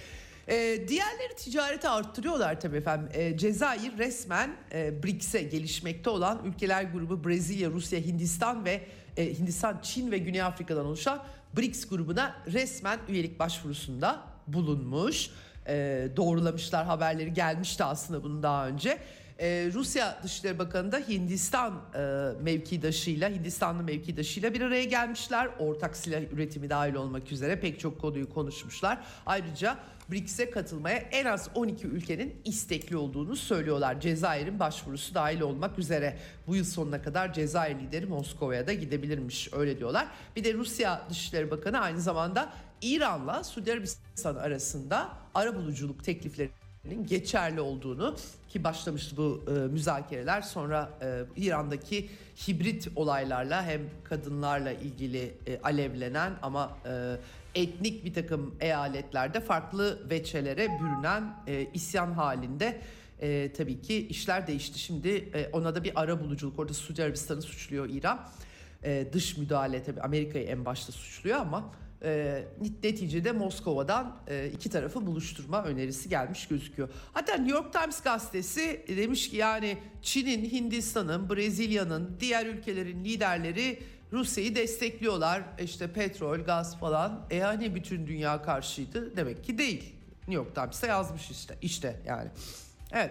Speaker 2: Ee, diğerleri ticareti arttırıyorlar tabii efendim. Ee, Cezayir resmen e, B R I C S'e gelişmekte olan ülkeler grubu Brezilya, Rusya, Hindistan ve e, Hindistan, Çin ve Güney Afrika'dan oluşan B R I C S grubuna resmen üyelik başvurusunda bulunmuş. Ee, doğrulamışlar, haberleri gelmişti aslında bunun daha önce. Ee, Rusya Dışişleri Bakanı da Hindistan e, mevkidaşıyla, Hindistanlı mevkidaşıyla bir araya gelmişler. Ortak silah üretimi dahil olmak üzere pek çok konuyu konuşmuşlar. Ayrıca B R I C S'e katılmaya en az on iki ülkenin istekli olduğunu söylüyorlar. Cezayir'in başvurusu dahil olmak üzere bu yıl sonuna kadar Cezayir lideri Moskova'ya da gidebilirmiş, öyle diyorlar. Bir de Rusya Dışişleri Bakanı aynı zamanda İran'la Suudi Arabistan arasında arabuluculuk tekliflerinin geçerli olduğunu, ki başlamıştı bu e, müzakereler, sonra e, İran'daki hibrit olaylarla hem kadınlarla ilgili e, alevlenen ama e, etnik bir takım eyaletlerde farklı veçelere bürünen e, isyan halinde e, tabii ki işler değişti. Şimdi e, ona da bir arabuluculuk, orada Suudi Arabistan'ı suçluyor İran. E, dış müdahale, tabii Amerika'yı en başta suçluyor ama e, neticede Moskova'dan e, iki tarafı buluşturma önerisi gelmiş gözüküyor. Hatta New York Times gazetesi demiş ki yani Çin'in, Hindistan'ın, Brezilya'nın, diğer ülkelerin liderleri Rusya'yı destekliyorlar. İşte petrol, gaz falan. E hani bütün dünya karşıydı? Demek ki değil. New York Times'ta yazmış işte. İşte yani. Evet.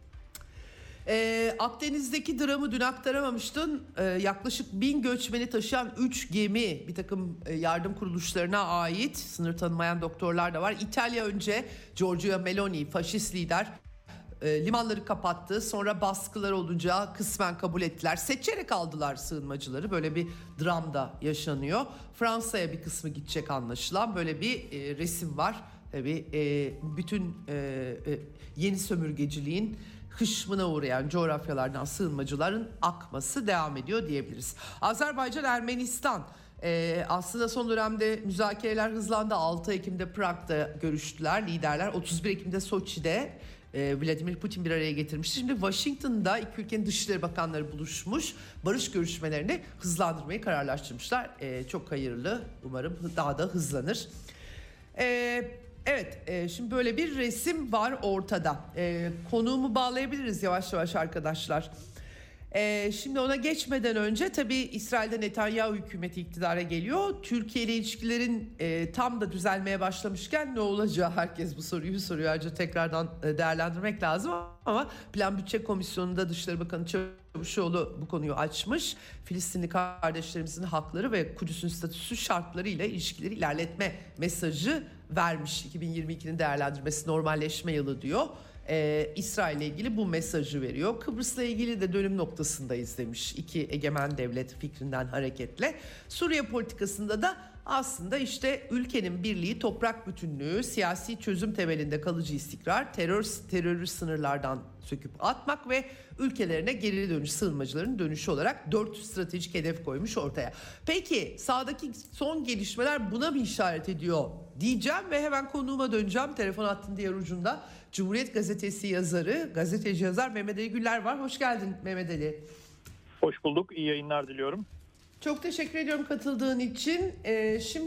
Speaker 2: Ee, Akdeniz'deki dramı dün aktaramamıştın. Ee, yaklaşık bin göçmeni taşıyan üç gemi, bir takım yardım kuruluşlarına ait, sınır tanımayan doktorlar da var. İtalya önce Giorgia Meloni, faşist lider, e, limanları kapattı. Sonra baskılar olunca kısmen kabul ettiler. Seçerek aldılar sığınmacıları. Böyle bir dram da yaşanıyor. Fransa'ya bir kısmı gidecek anlaşılan. Böyle bir e, resim var. Tabii e, bütün e, e, yeni sömürgeciliğin hışmına uğrayan coğrafyalardan sığınmacıların akması devam ediyor diyebiliriz. Azerbaycan, Ermenistan ee, aslında son dönemde müzakereler hızlandı. altı Ekim'de Prag'da görüştüler liderler. otuz bir Ekim'de Soçi'de e, Vladimir Putin bir araya getirmişti. Şimdi Washington'da iki ülkenin dışişleri bakanları buluşmuş. Barış görüşmelerini hızlandırmayı kararlaştırmışlar. Ee, çok hayırlı, umarım daha da hızlanır. Evet. Evet, e, şimdi böyle bir resim var ortada. E, konuğumu bağlayabiliriz yavaş yavaş arkadaşlar. E, şimdi ona geçmeden önce tabii İsrail'de Netanyahu hükümeti iktidara geliyor. Türkiye ile ilişkilerin e, tam da düzelmeye başlamışken ne olacağı, herkes bu soruyu soruyor. Ayrıca tekrardan e, değerlendirmek lazım ama Plan Bütçe Komisyonu'nda Dışişleri Bakanı Çavuşoğlu bu konuyu açmış. Filistinli kardeşlerimizin hakları ve Kudüs'ün statüsü şartlarıyla ilişkileri ilerletme mesajı vermiş. iki bin yirmi ikinin değerlendirmesi normalleşme yılı diyor. Ee, İsrail'le ilgili bu mesajı veriyor. Kıbrıs'la ilgili de dönüm noktasındayız demiş iki egemen devlet fikrinden hareketle. Suriye politikasında da aslında işte ülkenin birliği, toprak bütünlüğü, siyasi çözüm temelinde kalıcı istikrar, terör terörü sınırlardan söküp atmak ve ülkelerine geri dönüş, sığınmacıların dönüşü olarak dört stratejik hedef koymuş ortaya. Peki sahadaki son gelişmeler buna mı işaret ediyor diyeceğim ve hemen konuğuma döneceğim. Telefon hattının diğer ucunda Cumhuriyet Gazetesi yazarı, gazeteci yazar Mehmet Ali Güller var. Hoş geldin Mehmet Ali.
Speaker 3: Hoş bulduk. İyi yayınlar diliyorum.
Speaker 2: Çok teşekkür ediyorum katıldığın için. Ee, şimdi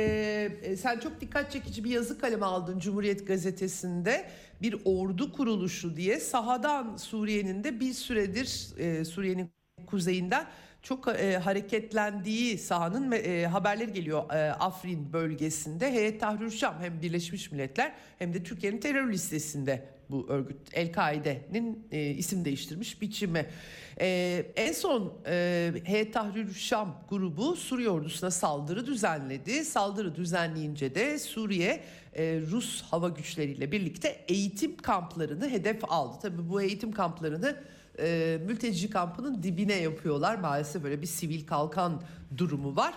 Speaker 2: e, sen çok dikkat çekici bir yazı kaleme aldın Cumhuriyet Gazetesi'nde. Bir ordu kuruluşu diye sahadan Suriye'nin de bir süredir e, Suriye'nin kuzeyinden çok e, hareketlendiği sahanın e, haberleri geliyor e, Afrin bölgesinde. Heyet Tahrir Şam hem Birleşmiş Milletler hem de Türkiye'nin terör listesinde bu örgüt El-Kaide'nin e, isim değiştirmiş biçimi. E, en son e, Heyet Tahrir Şam grubu Suriye ordusuna saldırı düzenledi. Saldırı düzenleyince de Suriye e, Rus hava güçleriyle birlikte eğitim kamplarını hedef aldı. Tabii bu eğitim kamplarını e, mülteci kampının dibine yapıyorlar. Maalesef böyle bir sivil kalkan durumu var.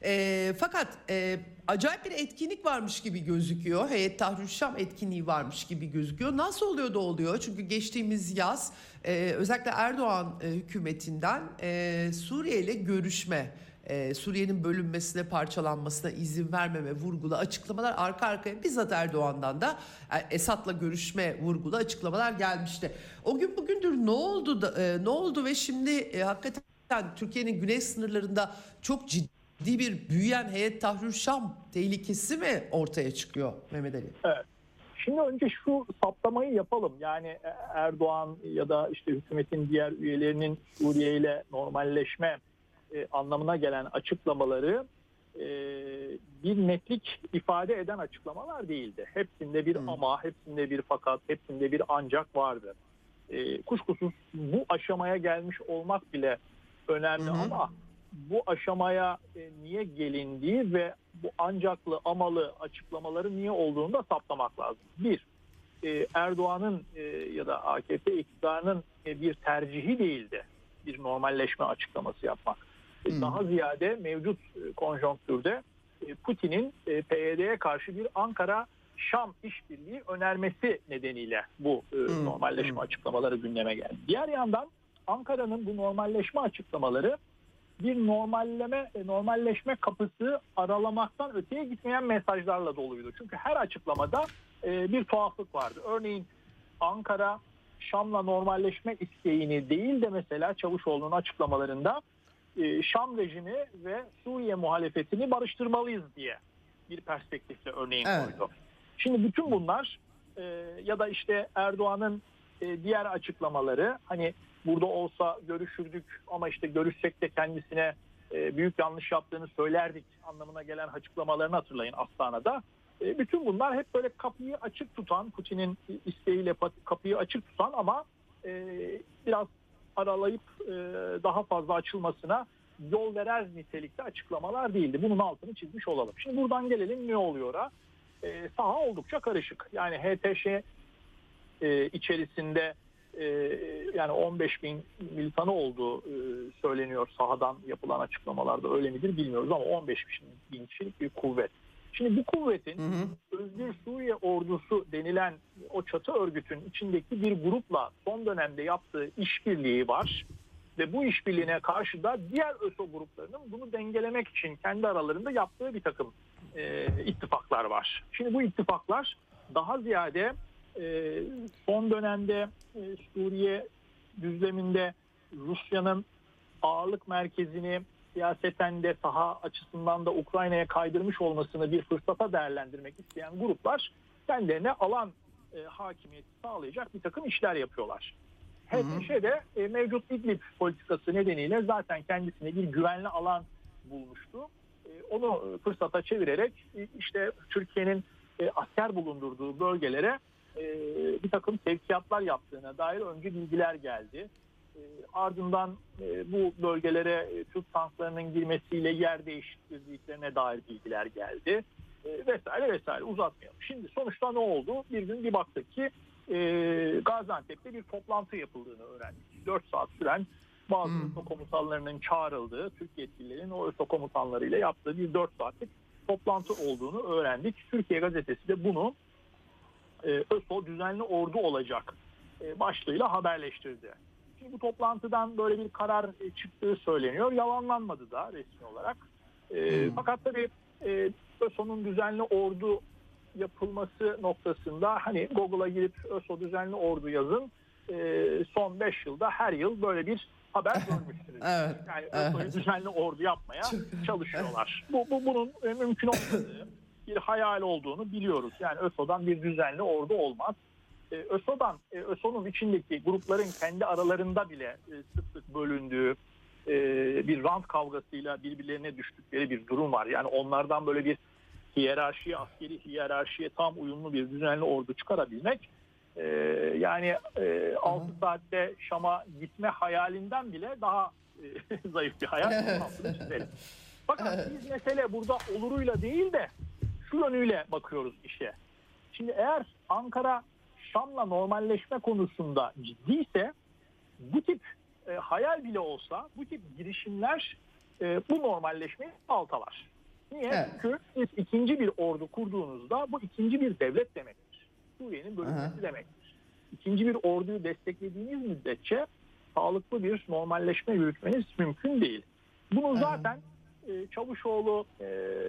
Speaker 2: E, fakat e, acayip bir etkinlik varmış gibi gözüküyor. Heyet Tahrir Şam etkinliği varmış gibi gözüküyor. Nasıl oluyor da oluyor? Çünkü geçtiğimiz yaz e, özellikle Erdoğan e, hükümetinden e, Suriye ile görüşme, e, Suriye'nin bölünmesine, parçalanmasına izin vermeme vurgulu açıklamalar arka arkaya bizzat Erdoğan'dan da e, Esad'la görüşme vurgulu açıklamalar gelmişti. O gün bugündür ne oldu da, e, ne oldu ve şimdi e, hakikaten Türkiye'nin güney sınırlarında çok ciddi Ciddi bir büyüyen Heyet Tahrir Şam tehlikesi mi ortaya çıkıyor Mehmet Ali?
Speaker 3: Evet. Şimdi önce şu saptamayı yapalım. Yani Erdoğan ya da işte hükümetin diğer üyelerinin Suriye ile normalleşme e, anlamına gelen açıklamaları e, bir netlik ifade eden açıklamalar değildi. Hepsinde bir hmm. ama, hepsinde bir fakat, hepsinde bir ancak vardı. E, kuşkusuz bu aşamaya gelmiş olmak bile önemli hmm. ama bu aşamaya e, niye gelindiği ve bu ancaklı amalı açıklamaları niye olduğunu da saptamak lazım. Bir, e, Erdoğan'ın e, ya da A K P iktidarının e, bir tercihi değildi bir normalleşme açıklaması yapmak. Hmm. Daha ziyade mevcut e, konjonktürde e, Putin'in e, P Y D'ye karşı bir Ankara-Şam işbirliği önermesi nedeniyle bu e, hmm. normalleşme hmm. açıklamaları gündeme geldi. Diğer yandan Ankara'nın bu normalleşme açıklamaları bir normalleme, normalleşme kapısı aralamaktan öteye gitmeyen mesajlarla doluydu. Çünkü her açıklamada e, bir tuhaflık vardı. Örneğin Ankara Şam'la normalleşme isteğini değil de mesela Çavuşoğlu'nun açıklamalarında e, Şam rejimi ve Suriye muhalefetini barıştırmalıyız diye bir perspektifle örneğin evet. koydu. Şimdi bütün bunlar e, ya da işte Erdoğan'ın e, diğer açıklamaları hani burada olsa görüşürdük ama işte görüşsek de kendisine e, büyük yanlış yaptığını söylerdik anlamına gelen açıklamalarını hatırlayın Astana'da. E, bütün bunlar hep böyle kapıyı açık tutan, Putin'in isteğiyle kapıyı açık tutan ama e, biraz aralayıp e, daha fazla açılmasına yol verer nitelikte açıklamalar değildi. Bunun altını çizmiş olalım. Şimdi buradan gelelim ne oluyor'a? E, saha oldukça karışık. Yani H T Ş e, içerisinde yani on beş bin militanı olduğu söyleniyor sahadan yapılan açıklamalarda, öyle midir bilmiyoruz ama on beş bin kişilik bir kuvvet. Şimdi bu kuvvetin hı hı. Özgür Suriye Ordusu denilen o çatı örgütün içindeki bir grupla son dönemde yaptığı işbirliği var ve bu işbirliğine karşı da diğer ÖSO gruplarının bunu dengelemek için kendi aralarında yaptığı bir takım e, ittifaklar var. Şimdi bu ittifaklar daha ziyade Ee, son dönemde e, Suriye düzleminde Rusya'nın ağırlık merkezini siyaseten de saha açısından da Ukrayna'ya kaydırmış olmasını bir fırsata değerlendirmek isteyen gruplar kendilerine alan e, hakimiyeti sağlayacak bir takım işler yapıyorlar. H T Ş de e, mevcut İdlib politikası nedeniyle zaten kendisine bir güvenli alan bulmuştu. E, onu fırsata çevirerek e, işte Türkiye'nin e, asker bulundurduğu bölgelere bir takım sevkiyatlar yaptığına dair önce bilgiler geldi. Ardından bu bölgelere Türk tanklarının girmesiyle yer değiştirdiklerine dair bilgiler geldi. Vesaire vesaire uzatmayalım. Şimdi sonuçta ne oldu? Bir gün bir baktık ki e, Gaziantep'te bir toplantı yapıldığını öğrendik. dört saat süren bazı
Speaker 2: Hmm.
Speaker 3: ÖSO komutanlarının çağrıldığı, Türk yetkililerin o ÖSO komutanlarıyla yaptığı bir dört saatlik toplantı olduğunu öğrendik. Türkiye Gazetesi de bunu e, ÖSO düzenli ordu olacak e, başlığıyla haberleştirdi. Şimdi bu toplantıdan böyle bir karar e, çıktığı söyleniyor. Yalanlanmadı da resmi olarak. E,
Speaker 2: Hmm.
Speaker 3: Fakat tabii e, ÖSO'nun düzenli ordu yapılması noktasında hani Google'a girip ÖSO düzenli ordu yazın. E, son beş yılda her yıl böyle bir haber görmüşsünüz.
Speaker 2: Evet,
Speaker 3: Yani
Speaker 2: evet.
Speaker 3: ÖSO'yu düzenli ordu yapmaya çalışıyorlar. Bu, bu bunun e, mümkün olmadığı bir hayal olduğunu biliyoruz. Yani ÖSO'dan bir düzenli ordu olmaz. E, ÖSO'dan, e, ÖSO'nun içindeki grupların kendi aralarında bile e, sık sık bölündüğü e, bir rant kavgasıyla birbirlerine düştükleri bir durum var. Yani onlardan böyle bir hiyerarşiye, askeri hiyerarşiye tam uyumlu bir düzenli ordu çıkarabilmek e, yani e, altı saatte Şam'a gitme hayalinden bile daha e, zayıf bir hayal.
Speaker 2: Evet.
Speaker 3: Fakat biz mesele burada oluruyla değil de şu yönüyle bakıyoruz işe. Şimdi eğer Ankara Şam'la normalleşme konusunda ciddiyse bu tip e, hayal bile olsa bu tip girişimler e, bu normalleşmeyi baltalar. Niye?
Speaker 2: Evet.
Speaker 3: Çünkü siz ikinci bir ordu kurduğunuzda bu ikinci bir devlet demektir. Suriye'nin bölünmesi
Speaker 2: Aha.
Speaker 3: demektir. İkinci bir orduyu desteklediğiniz müddetçe sağlıklı bir normalleşme yürütmeniz mümkün değil. Bunu zaten e, Çavuşoğlu e,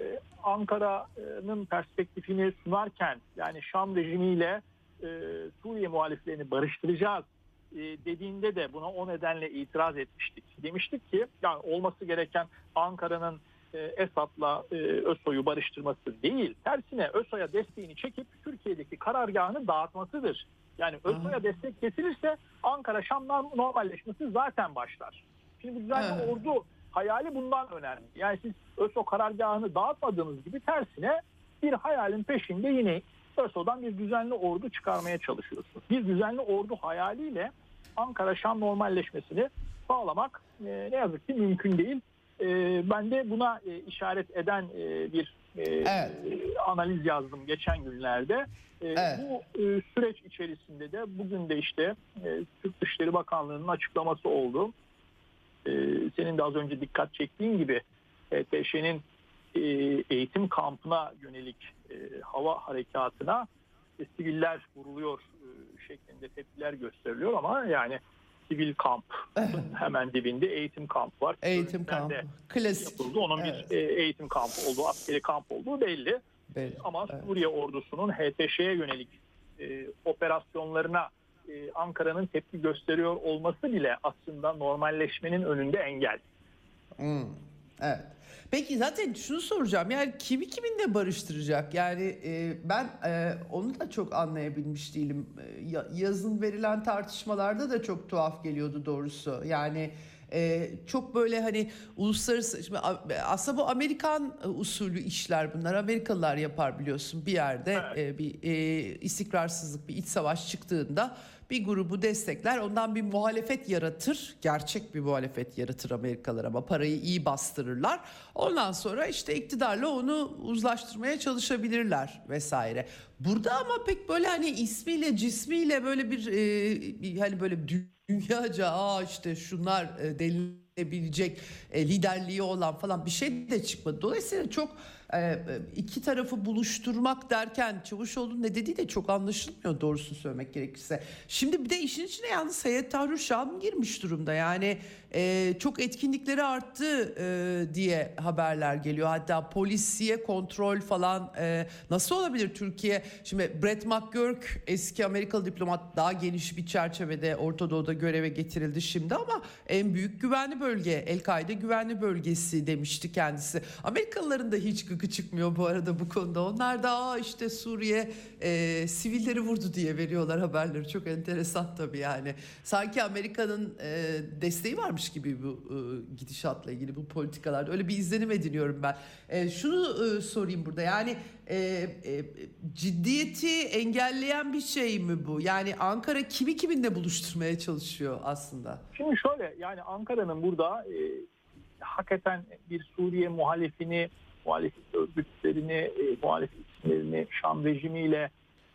Speaker 3: Ankara'nın perspektifini sunarken yani Şam rejimiyle e, Suriye muhaliflerini barıştıracağız e, dediğinde de buna o nedenle itiraz etmiştik. Demiştik ki yani olması gereken Ankara'nın e, Esad'la e, ÖSO'yu barıştırması değil. Tersine ÖSO'ya desteğini çekip Türkiye'deki karargahını dağıtmasıdır. Yani ÖSO'ya destek kesilirse Ankara Şam'dan normalleşmesi zaten başlar. Şimdi bu düzenli
Speaker 2: Evet.
Speaker 3: ordu hayali bundan önemli. Yani siz ÖSO karargahını dağıtmadığınız gibi tersine bir hayalin peşinde yine ÖSO'dan bir düzenli ordu çıkarmaya çalışıyorsunuz. Bir düzenli ordu hayaliyle Ankara-Şam normalleşmesini sağlamak e, ne yazık ki mümkün değil. E, ben de buna e, işaret eden e, bir e,
Speaker 2: Evet.
Speaker 3: e, analiz yazdım geçen günlerde. E,
Speaker 2: Evet.
Speaker 3: Bu e, süreç içerisinde de bugün de işte e, Türk Dışişleri Bakanlığı'nın açıklaması oldu. E, senin de az önce dikkat çektiğin gibi H T Ş'nin e, eğitim kampına yönelik e, hava harekatına e, siviller vuruluyor e, şeklinde tepkiler gösteriliyor ama yani sivil kamp hemen dibinde eğitim kampı var.
Speaker 2: Eğitim
Speaker 3: Örneklerde
Speaker 2: kampı. Klasik.
Speaker 3: yapıldı. Onun
Speaker 2: Evet.
Speaker 3: bir e, eğitim kampı olduğu, askeri kamp olduğu belli.
Speaker 2: Belli.
Speaker 3: Ama
Speaker 2: Evet.
Speaker 3: Suriye ordusunun H T Ş'ye yönelik e, operasyonlarına e, Ankara'nın tepki gösteriyor olması bile aslında normalleşmenin önünde engel.
Speaker 2: Hmm, evet. Peki zaten şunu soracağım, yani kimi kiminle barıştıracak? Yani e, ben e, onu da çok anlayabilmiş değilim. E, ya- yazın verilen tartışmalarda da çok tuhaf geliyordu doğrusu. Yani e, çok böyle hani uluslararası, şimdi a- aslında bu Amerikan e, usulü işler bunlar. Amerikalılar yapar biliyorsun, bir yerde
Speaker 3: Evet.
Speaker 2: e, bir e, istikrarsızlık, bir iç savaş çıktığında bir grubu destekler, ondan bir muhalefet yaratır. Gerçek bir muhalefet yaratır Amerikalılar ama parayı iyi bastırırlar. Ondan sonra işte iktidarla onu uzlaştırmaya çalışabilirler vesaire. Burada ama pek böyle hani ismiyle cismiyle böyle bir, e, bir hani böyle dünyaca aa işte şunlar e, denilebilecek e, liderliği olan falan bir şey de çıkmadı. Dolayısıyla çok e, iki tarafı buluşturmak derken Çavuşoğlu'nun ne dediği de çok anlaşılmıyor doğrusunu söylemek gerekirse. Şimdi bir de işin içine yalnız Heyet Tahrir Şam girmiş durumda. Yani e, çok etkinlikleri arttı e, diye haberler geliyor. Hatta polisiye kontrol falan e, nasıl olabilir Türkiye? Şimdi Brett McGurk eski Amerikalı diplomat, daha geniş bir çerçevede Orta Doğu'da göreve getirildi şimdi ama en büyük güvenli bölge, El-Kaide güvenli bölgesi demişti kendisi. Amerikalıların da hiç gıkı çıkmıyor bu arada bu konuda. Onlar da aa işte Suriye e, sivilleri vurdu diye veriyorlar haberleri. Çok enteresan tabii yani. Sanki Amerika'nın e, desteği varmış gibi bu e, gidişatla ilgili, bu politikalarda. Öyle bir izlenim ediniyorum ben. E, şunu e, sorayım burada, yani e, e, ciddiyeti engelleyen bir şey mi bu? Yani Ankara kimi kiminle buluşturmaya çalışıyor aslında?
Speaker 3: Şimdi şöyle, yani Ankara'nın burada e, hakikaten bir Suriye muhalifini, muhalif örgütlerini, e, muhalif isimlerini Şam rejimiyle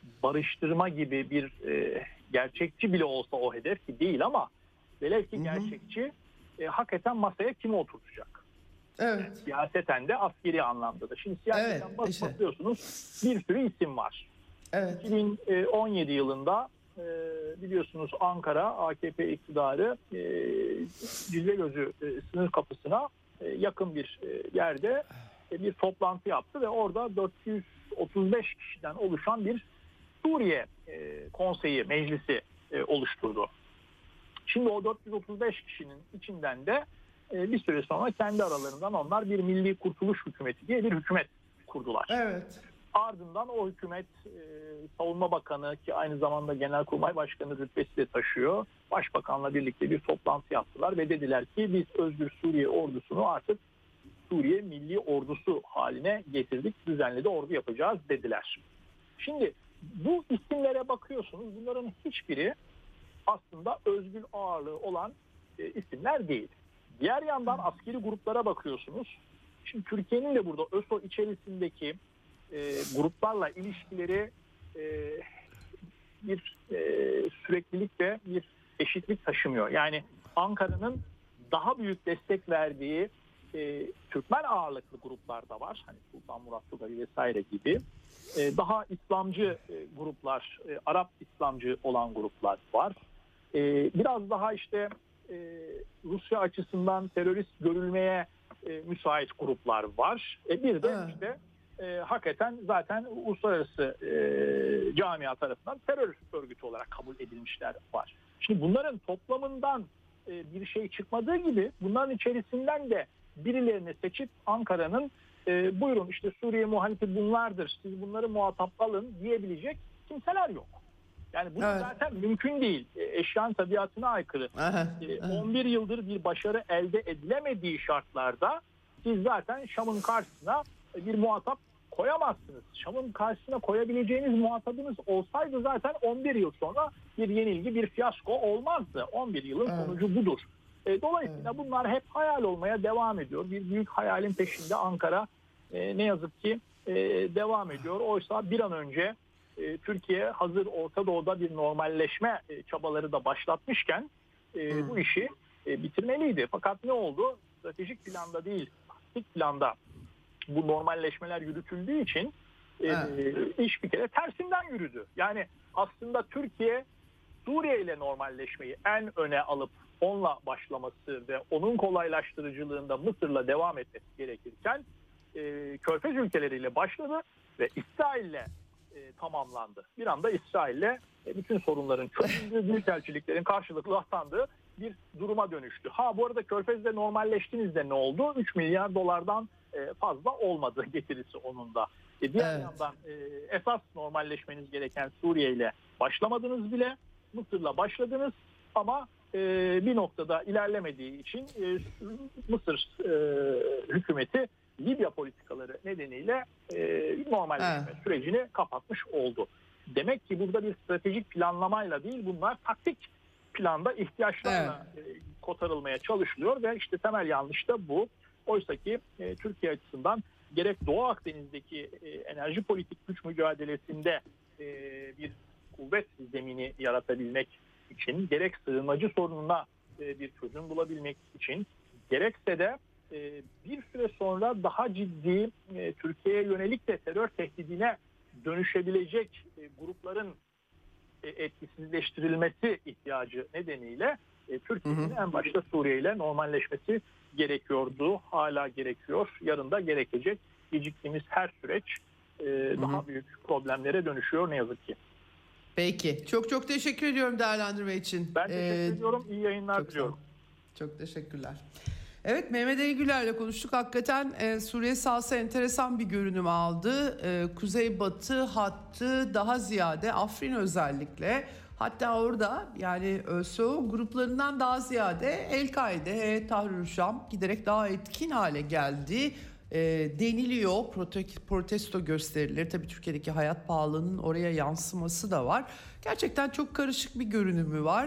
Speaker 3: barıştırma gibi bir e, gerçekçi bile olsa o hedef ki değil ama velev ki gerçekçi e, hakikaten masaya kimi oturtacak?
Speaker 2: Evet.
Speaker 3: Siyaseten de askeri anlamda da. Şimdi siyaseten
Speaker 2: Evet,
Speaker 3: bak,
Speaker 2: işte.
Speaker 3: bakıyorsunuz bir sürü isim var.
Speaker 2: Evet.
Speaker 3: iki bin on yedi yılında e, biliyorsunuz Ankara A K P iktidarı e, Cizregözü e, sınır kapısına e, yakın bir e, yerde e, bir toplantı yaptı ve orada dört yüz otuz beş kişiden oluşan bir Suriye e, konseyi, meclisi e, oluşturdu. Şimdi o dört yüz otuz beş kişinin içinden de e, bir süre sonra kendi aralarından onlar bir Milli Kurtuluş Hükümeti diye bir hükümet kurdular.
Speaker 2: Evet.
Speaker 3: Ardından o hükümet e, Savunma Bakanı ki aynı zamanda Genelkurmay Başkanı rütbesi de taşıyor. Başbakanla birlikte bir toplantı yaptılar ve dediler ki biz Özgür Suriye ordusunu artık Suriye Milli Ordusu haline getirdik. Düzenli de ordu yapacağız dediler. Şimdi bu isimlere bakıyorsunuz, bunların hiçbiri aslında özgür ağırlığı olan e, isimler değil. Diğer yandan askeri gruplara bakıyorsunuz. Şimdi Türkiye'nin de burada ÖSO içerisindeki e, gruplarla ilişkileri e, bir e, süreklilik ve bir eşitlik taşımıyor. Yani Ankara'nın daha büyük destek verdiği e, Türkmen ağırlıklı gruplar da var. Hani Sultan Murat Tugay vesaire gibi. E, daha İslamcı e, gruplar, e, Arap İslamcı olan gruplar var. E, biraz daha işte e, Rusya açısından terörist görülmeye e, müsait gruplar var. E, bir de
Speaker 2: Evet.
Speaker 3: işte e, hakikaten zaten uluslararası e, camia tarafından terör örgütü olarak kabul edilmişler var. Şimdi bunların toplamından e, bir şey çıkmadığı gibi bunların içerisinden de birilerini seçip Ankara'nın e, buyurun işte Suriye muhalifi bunlardır, siz bunları muhatap alın diyebilecek kimseler yok. Yani bu
Speaker 2: Evet.
Speaker 3: zaten mümkün değil. E, eşyanın tabiatına aykırı.
Speaker 2: Aha,
Speaker 3: E,
Speaker 2: aha.
Speaker 3: on bir yıldır bir başarı elde edilemediği şartlarda siz zaten Şam'ın karşısına bir muhatap koyamazsınız. Şam'ın karşısına koyabileceğiniz muhatabınız olsaydı zaten on bir yıl sonra bir yenilgi, bir fiyasko olmazdı. on bir yılın
Speaker 2: Evet.
Speaker 3: sonucu budur. E, dolayısıyla
Speaker 2: Evet.
Speaker 3: bunlar hep hayal olmaya devam ediyor. Bir büyük hayalin peşinde Ankara e, ne yazık ki e, devam ediyor. Oysa bir an önce e, Türkiye hazır Orta Doğu'da bir normalleşme e, çabaları da başlatmışken e,
Speaker 2: Hmm.
Speaker 3: bu işi e, bitirmeliydi. Fakat ne oldu? Stratejik planda değil, taktik planda bu normalleşmeler yürütüldüğü için e,
Speaker 2: Evet.
Speaker 3: iş bir kere tersinden yürüdü. Yani aslında Türkiye Suriye ile normalleşmeyi en öne alıp onunla başlaması ve onun kolaylaştırıcılığında Mısır'la devam etmesi gerekirken e, Körfez ülkeleriyle başladı ve İsrail'le e, tamamlandı. Bir anda İsrail'le e, bütün sorunların çözüldüğü, büyükelçiliklerin karşılıklı atandığı bir duruma dönüştü. Ha bu arada Körfez'de normalleştiğinizde ne oldu? üç milyar dolardan e, fazla olmadı getirisi onun da. E, diğer
Speaker 2: Evet.
Speaker 3: yandan e, esas normalleşmeniz gereken Suriye ile başlamadınız bile. Mısır'la başladınız ama e, bir noktada ilerlemediği için e, Mısır e, hükümeti Libya politikaları nedeniyle e, normalleşme
Speaker 2: Evet.
Speaker 3: sürecini kapatmış oldu. Demek ki burada bir stratejik planlamayla değil, bunlar taktik planda ihtiyaçlarla e, kotarılmaya çalışılıyor ve işte temel yanlış da bu. Oysa ki e, Türkiye açısından gerek Doğu Akdeniz'deki e, enerji politik güç mücadelesinde e, bir kuvvet zemini yaratabilmek için, gerek sığınmacı sorununa e, bir çözüm bulabilmek için, gerekse de e, bir süre sonra daha ciddi e, Türkiye'ye yönelik de terör tehdidine dönüşebilecek e, grupların e, etkisizleştirilmesi ihtiyacı nedeniyle e, Türkiye'nin en başta Suriye ile normalleşmesi gerekiyordu. Hala gerekiyor. Yarın da gerekecek. Geciktiğimiz her süreç e, daha
Speaker 2: Hı hı.
Speaker 3: büyük problemlere dönüşüyor ne yazık ki.
Speaker 2: Peki. Çok çok teşekkür ediyorum değerlendirme için.
Speaker 3: Ben teşekkür
Speaker 2: Ee,
Speaker 3: ediyorum. İyi yayınlar
Speaker 2: çok sağ
Speaker 3: diliyorum.
Speaker 2: olun. Çok teşekkürler. Evet, Mehmet Ali Güler'le konuştuk. Hakikaten e, Suriye sahası enteresan bir görünüm aldı. E, Kuzeybatı hattı daha ziyade Afrin özellikle. Hatta orada yani ÖSO gruplarından daha ziyade El-Kaide, Tahrir-ül Şam giderek daha etkin hale geldi. E, deniliyor. Prote- protesto gösterileri, tabii Türkiye'deki hayat pahalılığının oraya yansıması da var. Gerçekten çok karışık bir görünümü var.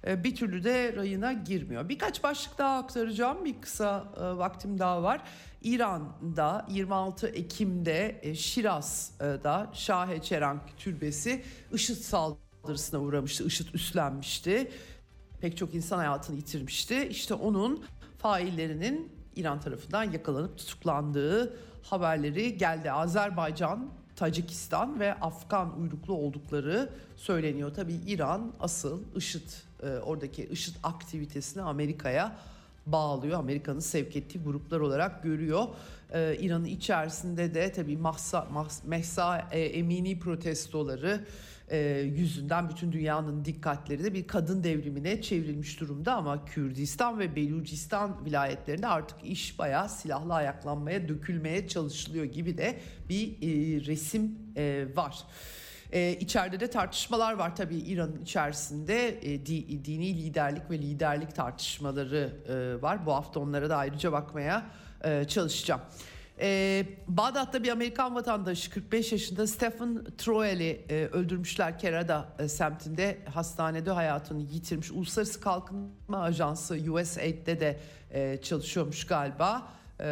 Speaker 2: e, bir türlü de rayına girmiyor. Birkaç başlık daha aktaracağım. Bir kısa e, vaktim daha var. İran'da yirmi altı Ekim'de e, Şiraz'da Şah-ı Çerang Türbesi IŞİD saldırısına uğramıştı. IŞİD üstlenmişti. Pek çok insan hayatını yitirmişti. İşte onun faillerinin İran tarafından yakalanıp tutuklandığı haberleri geldi. Azerbaycan, Tacikistan ve Afgan uyruklu oldukları söyleniyor. Tabii İran asıl IŞİD, e, oradaki IŞİD aktivitesini Amerika'ya bağlıyor. Amerika'nın sevk ettiği gruplar olarak görüyor. Ee, İran'ın içerisinde de tabii Mahsa, Mahsa, Mehsa e, Emini protestoları e, yüzünden bütün dünyanın dikkatleri de bir kadın devrimine çevrilmiş durumda. Ama Kürdistan ve Belucistan vilayetlerinde artık iş bayağı silahlı ayaklanmaya, dökülmeye çalışılıyor gibi de bir e, resim e, var. Ee, içeride de tartışmalar var tabii İran'ın içerisinde e, di, dini liderlik ve liderlik tartışmaları e, var. Bu hafta onlara da ayrıca bakmaya e, çalışacağım. E, Bağdat'ta bir Amerikan vatandaşı kırk beş yaşında Stephen Troel'i e, öldürmüşler. Kerada e, semtinde hastanede hayatını yitirmiş. Uluslararası Kalkınma Ajansı U S A I D'de de e, çalışıyormuş galiba.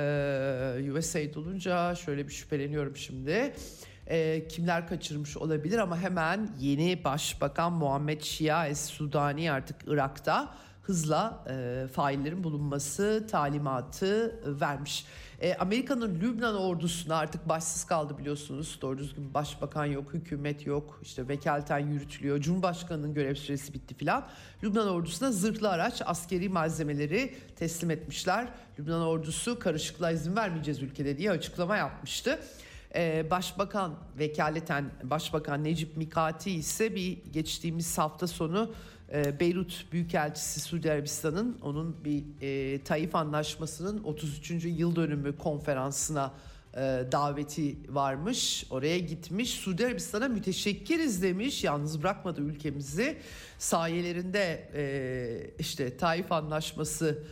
Speaker 2: E, U S A I D olunca şöyle bir şüpheleniyorum şimdi. E, kimler kaçırmış olabilir ama hemen yeni Başbakan Muhammed Şia Es-Sudani artık Irak'ta hızla e, faillerin bulunması talimatı vermiş. E, Amerika'nın Lübnan ordusuna artık başsız kaldı biliyorsunuz. Doğru düzgün başbakan yok, hükümet yok. İşte vekaleten yürütülüyor. Cumhurbaşkanının görev süresi bitti filan. Lübnan ordusuna zırhlı araç, askeri malzemeleri teslim etmişler. Lübnan ordusu karışıklığa izin vermeyeceğiz ülkede diye açıklama yapmıştı. Başbakan vekaleten Başbakan Necip Mikati ise bir geçtiğimiz hafta sonu Beyrut Büyükelçisi Suudi Arabistan'ın onun bir e, Taif Anlaşması'nın otuz üçüncü yıl dönümü konferansına e, daveti varmış. Oraya gitmiş. Suudi Arabistan'a müteşekkiriz demiş. Yalnız bırakmadı ülkemizi. Sayelerinde e, işte Taif Anlaşması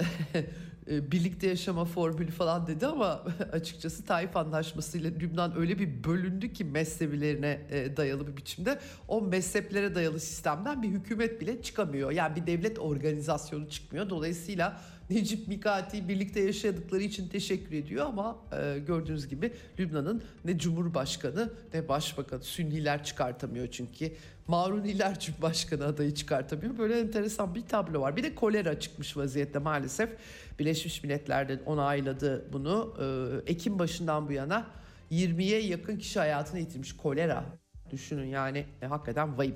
Speaker 2: birlikte yaşama formülü falan dedi ama açıkçası Taif Anlaşması ile Lübnan öyle bir bölündü ki mezhebilerine dayalı bir biçimde o mezheplere dayalı sistemden bir hükümet bile çıkamıyor. Yani bir devlet organizasyonu çıkmıyor. Dolayısıyla Necip Mikati birlikte yaşadıkları için teşekkür ediyor ama e, gördüğünüz gibi Lübnan'ın ne Cumhurbaşkanı ne Başbakanı, Sünniler çıkartamıyor çünkü. Maruniler Cumhurbaşkanı adayı çıkartamıyor. Böyle enteresan bir tablo var. Bir de kolera çıkmış vaziyette maalesef. Birleşmiş Milletler'de onayladı bunu. E, Ekim başından bu yana yirmiye yakın kişi hayatını yitirmiş kolera. Düşünün yani e, hakikaten vahim.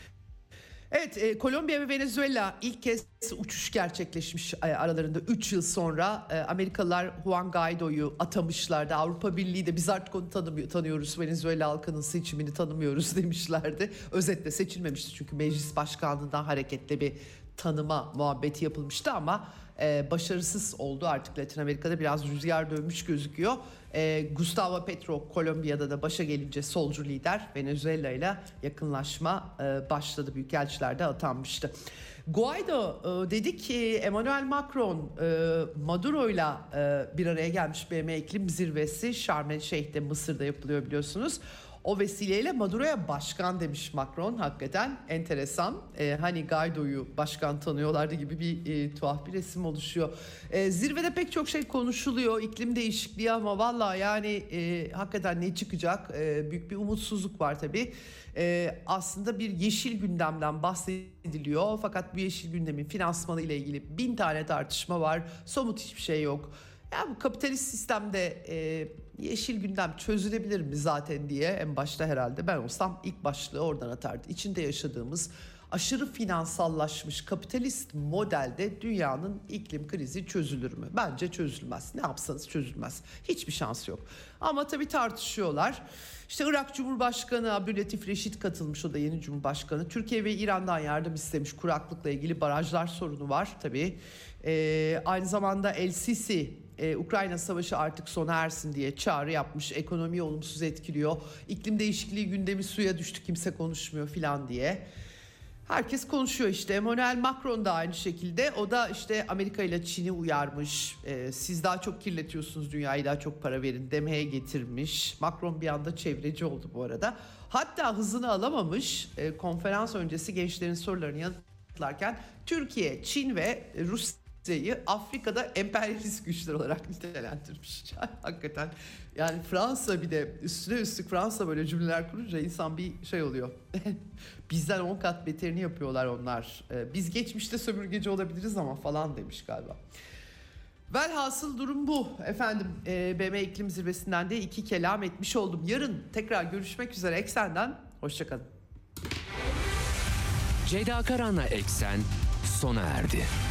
Speaker 2: Evet, e, Kolombiya ve Venezuela ilk kez uçuş gerçekleşmiş e, aralarında üç yıl sonra. e, Amerikalılar Juan Guaido'yu atamışlardı. Avrupa Birliği de biz artık onu tanımıyor, tanıyoruz. Venezuela halkının seçimini tanımıyoruz demişlerdi. Özetle seçilmemişti çünkü meclis başkanlığından hareketle bir tanıma muhabbeti yapılmıştı ama e, başarısız oldu. Artık Latin Amerika'da biraz rüzgar dönmüş gözüküyor. E, Gustavo Petro Kolombiya'da da başa gelince solcu lider Venezuela ile yakınlaşma e, başladı. Büyükelçiler de atanmıştı. Guaido e, dedi ki Emmanuel Macron e, Maduro ile bir araya gelmiş B M iklim zirvesi Şarm El Şeyh'te Mısır'da yapılıyor biliyorsunuz. O vesileyle Maduro'ya başkan demiş Macron. Hakikaten enteresan. Ee, hani Guaido'yu başkan tanıyorlardı gibi bir e, tuhaf bir resim oluşuyor. E, zirvede pek çok şey konuşuluyor. İklim değişikliği ama vallahi yani e, hakikaten ne çıkacak? E, büyük bir umutsuzluk var tabii. E, aslında bir yeşil gündemden bahsediliyor. Fakat bu yeşil gündemin finansmanı ile ilgili bin tane tartışma var. Somut hiçbir şey yok. Ya bu kapitalist sistemde e, yeşil gündem çözülebilir mi zaten diye en başta herhalde ben olsam ilk başlığı oradan atardı. İçinde yaşadığımız aşırı finansallaşmış kapitalist modelde dünyanın iklim krizi çözülür mü? Bence çözülmez. Ne yapsanız çözülmez. Hiçbir şans yok. Ama tabii tartışıyorlar. İşte Irak Cumhurbaşkanı Abdülatif Reşit katılmış, o da yeni Cumhurbaşkanı. Türkiye ve İran'dan yardım istemiş. Kuraklıkla ilgili barajlar sorunu var tabii. Ee, aynı zamanda El Sisi Ee, Ukrayna Savaşı artık sona ersin diye çağrı yapmış. Ekonomiyi olumsuz etkiliyor. İklim değişikliği gündemi suya düştü, kimse konuşmuyor filan diye. Herkes konuşuyor işte. Emmanuel Macron da aynı şekilde. O da işte Amerika ile Çin'i uyarmış. Ee, siz daha çok kirletiyorsunuz dünyayı, daha çok para verin demeye getirmiş. Macron bir anda çevreci oldu bu arada. Hatta hızını alamamış. Ee, konferans öncesi gençlerin sorularını yanıtlamak kısıtlarken Türkiye, Çin ve Rusya'yı Afrika'da emperyalist güçler olarak nitelendirmiş. Yani hakikaten yani Fransa bir de üstüne üstlük Fransa böyle cümleler kurunca insan bir şey oluyor. Bizden on kat beterini yapıyorlar onlar. Ee, biz geçmişte sömürgeci olabiliriz ama falan demiş galiba. Velhasıl durum bu efendim. e, B M İklim Zirvesi'nden de iki kelam etmiş oldum. Yarın tekrar görüşmek üzere Eksen'den. Hoşçakalın.
Speaker 1: Ceyda Karan'la Eksen sona erdi.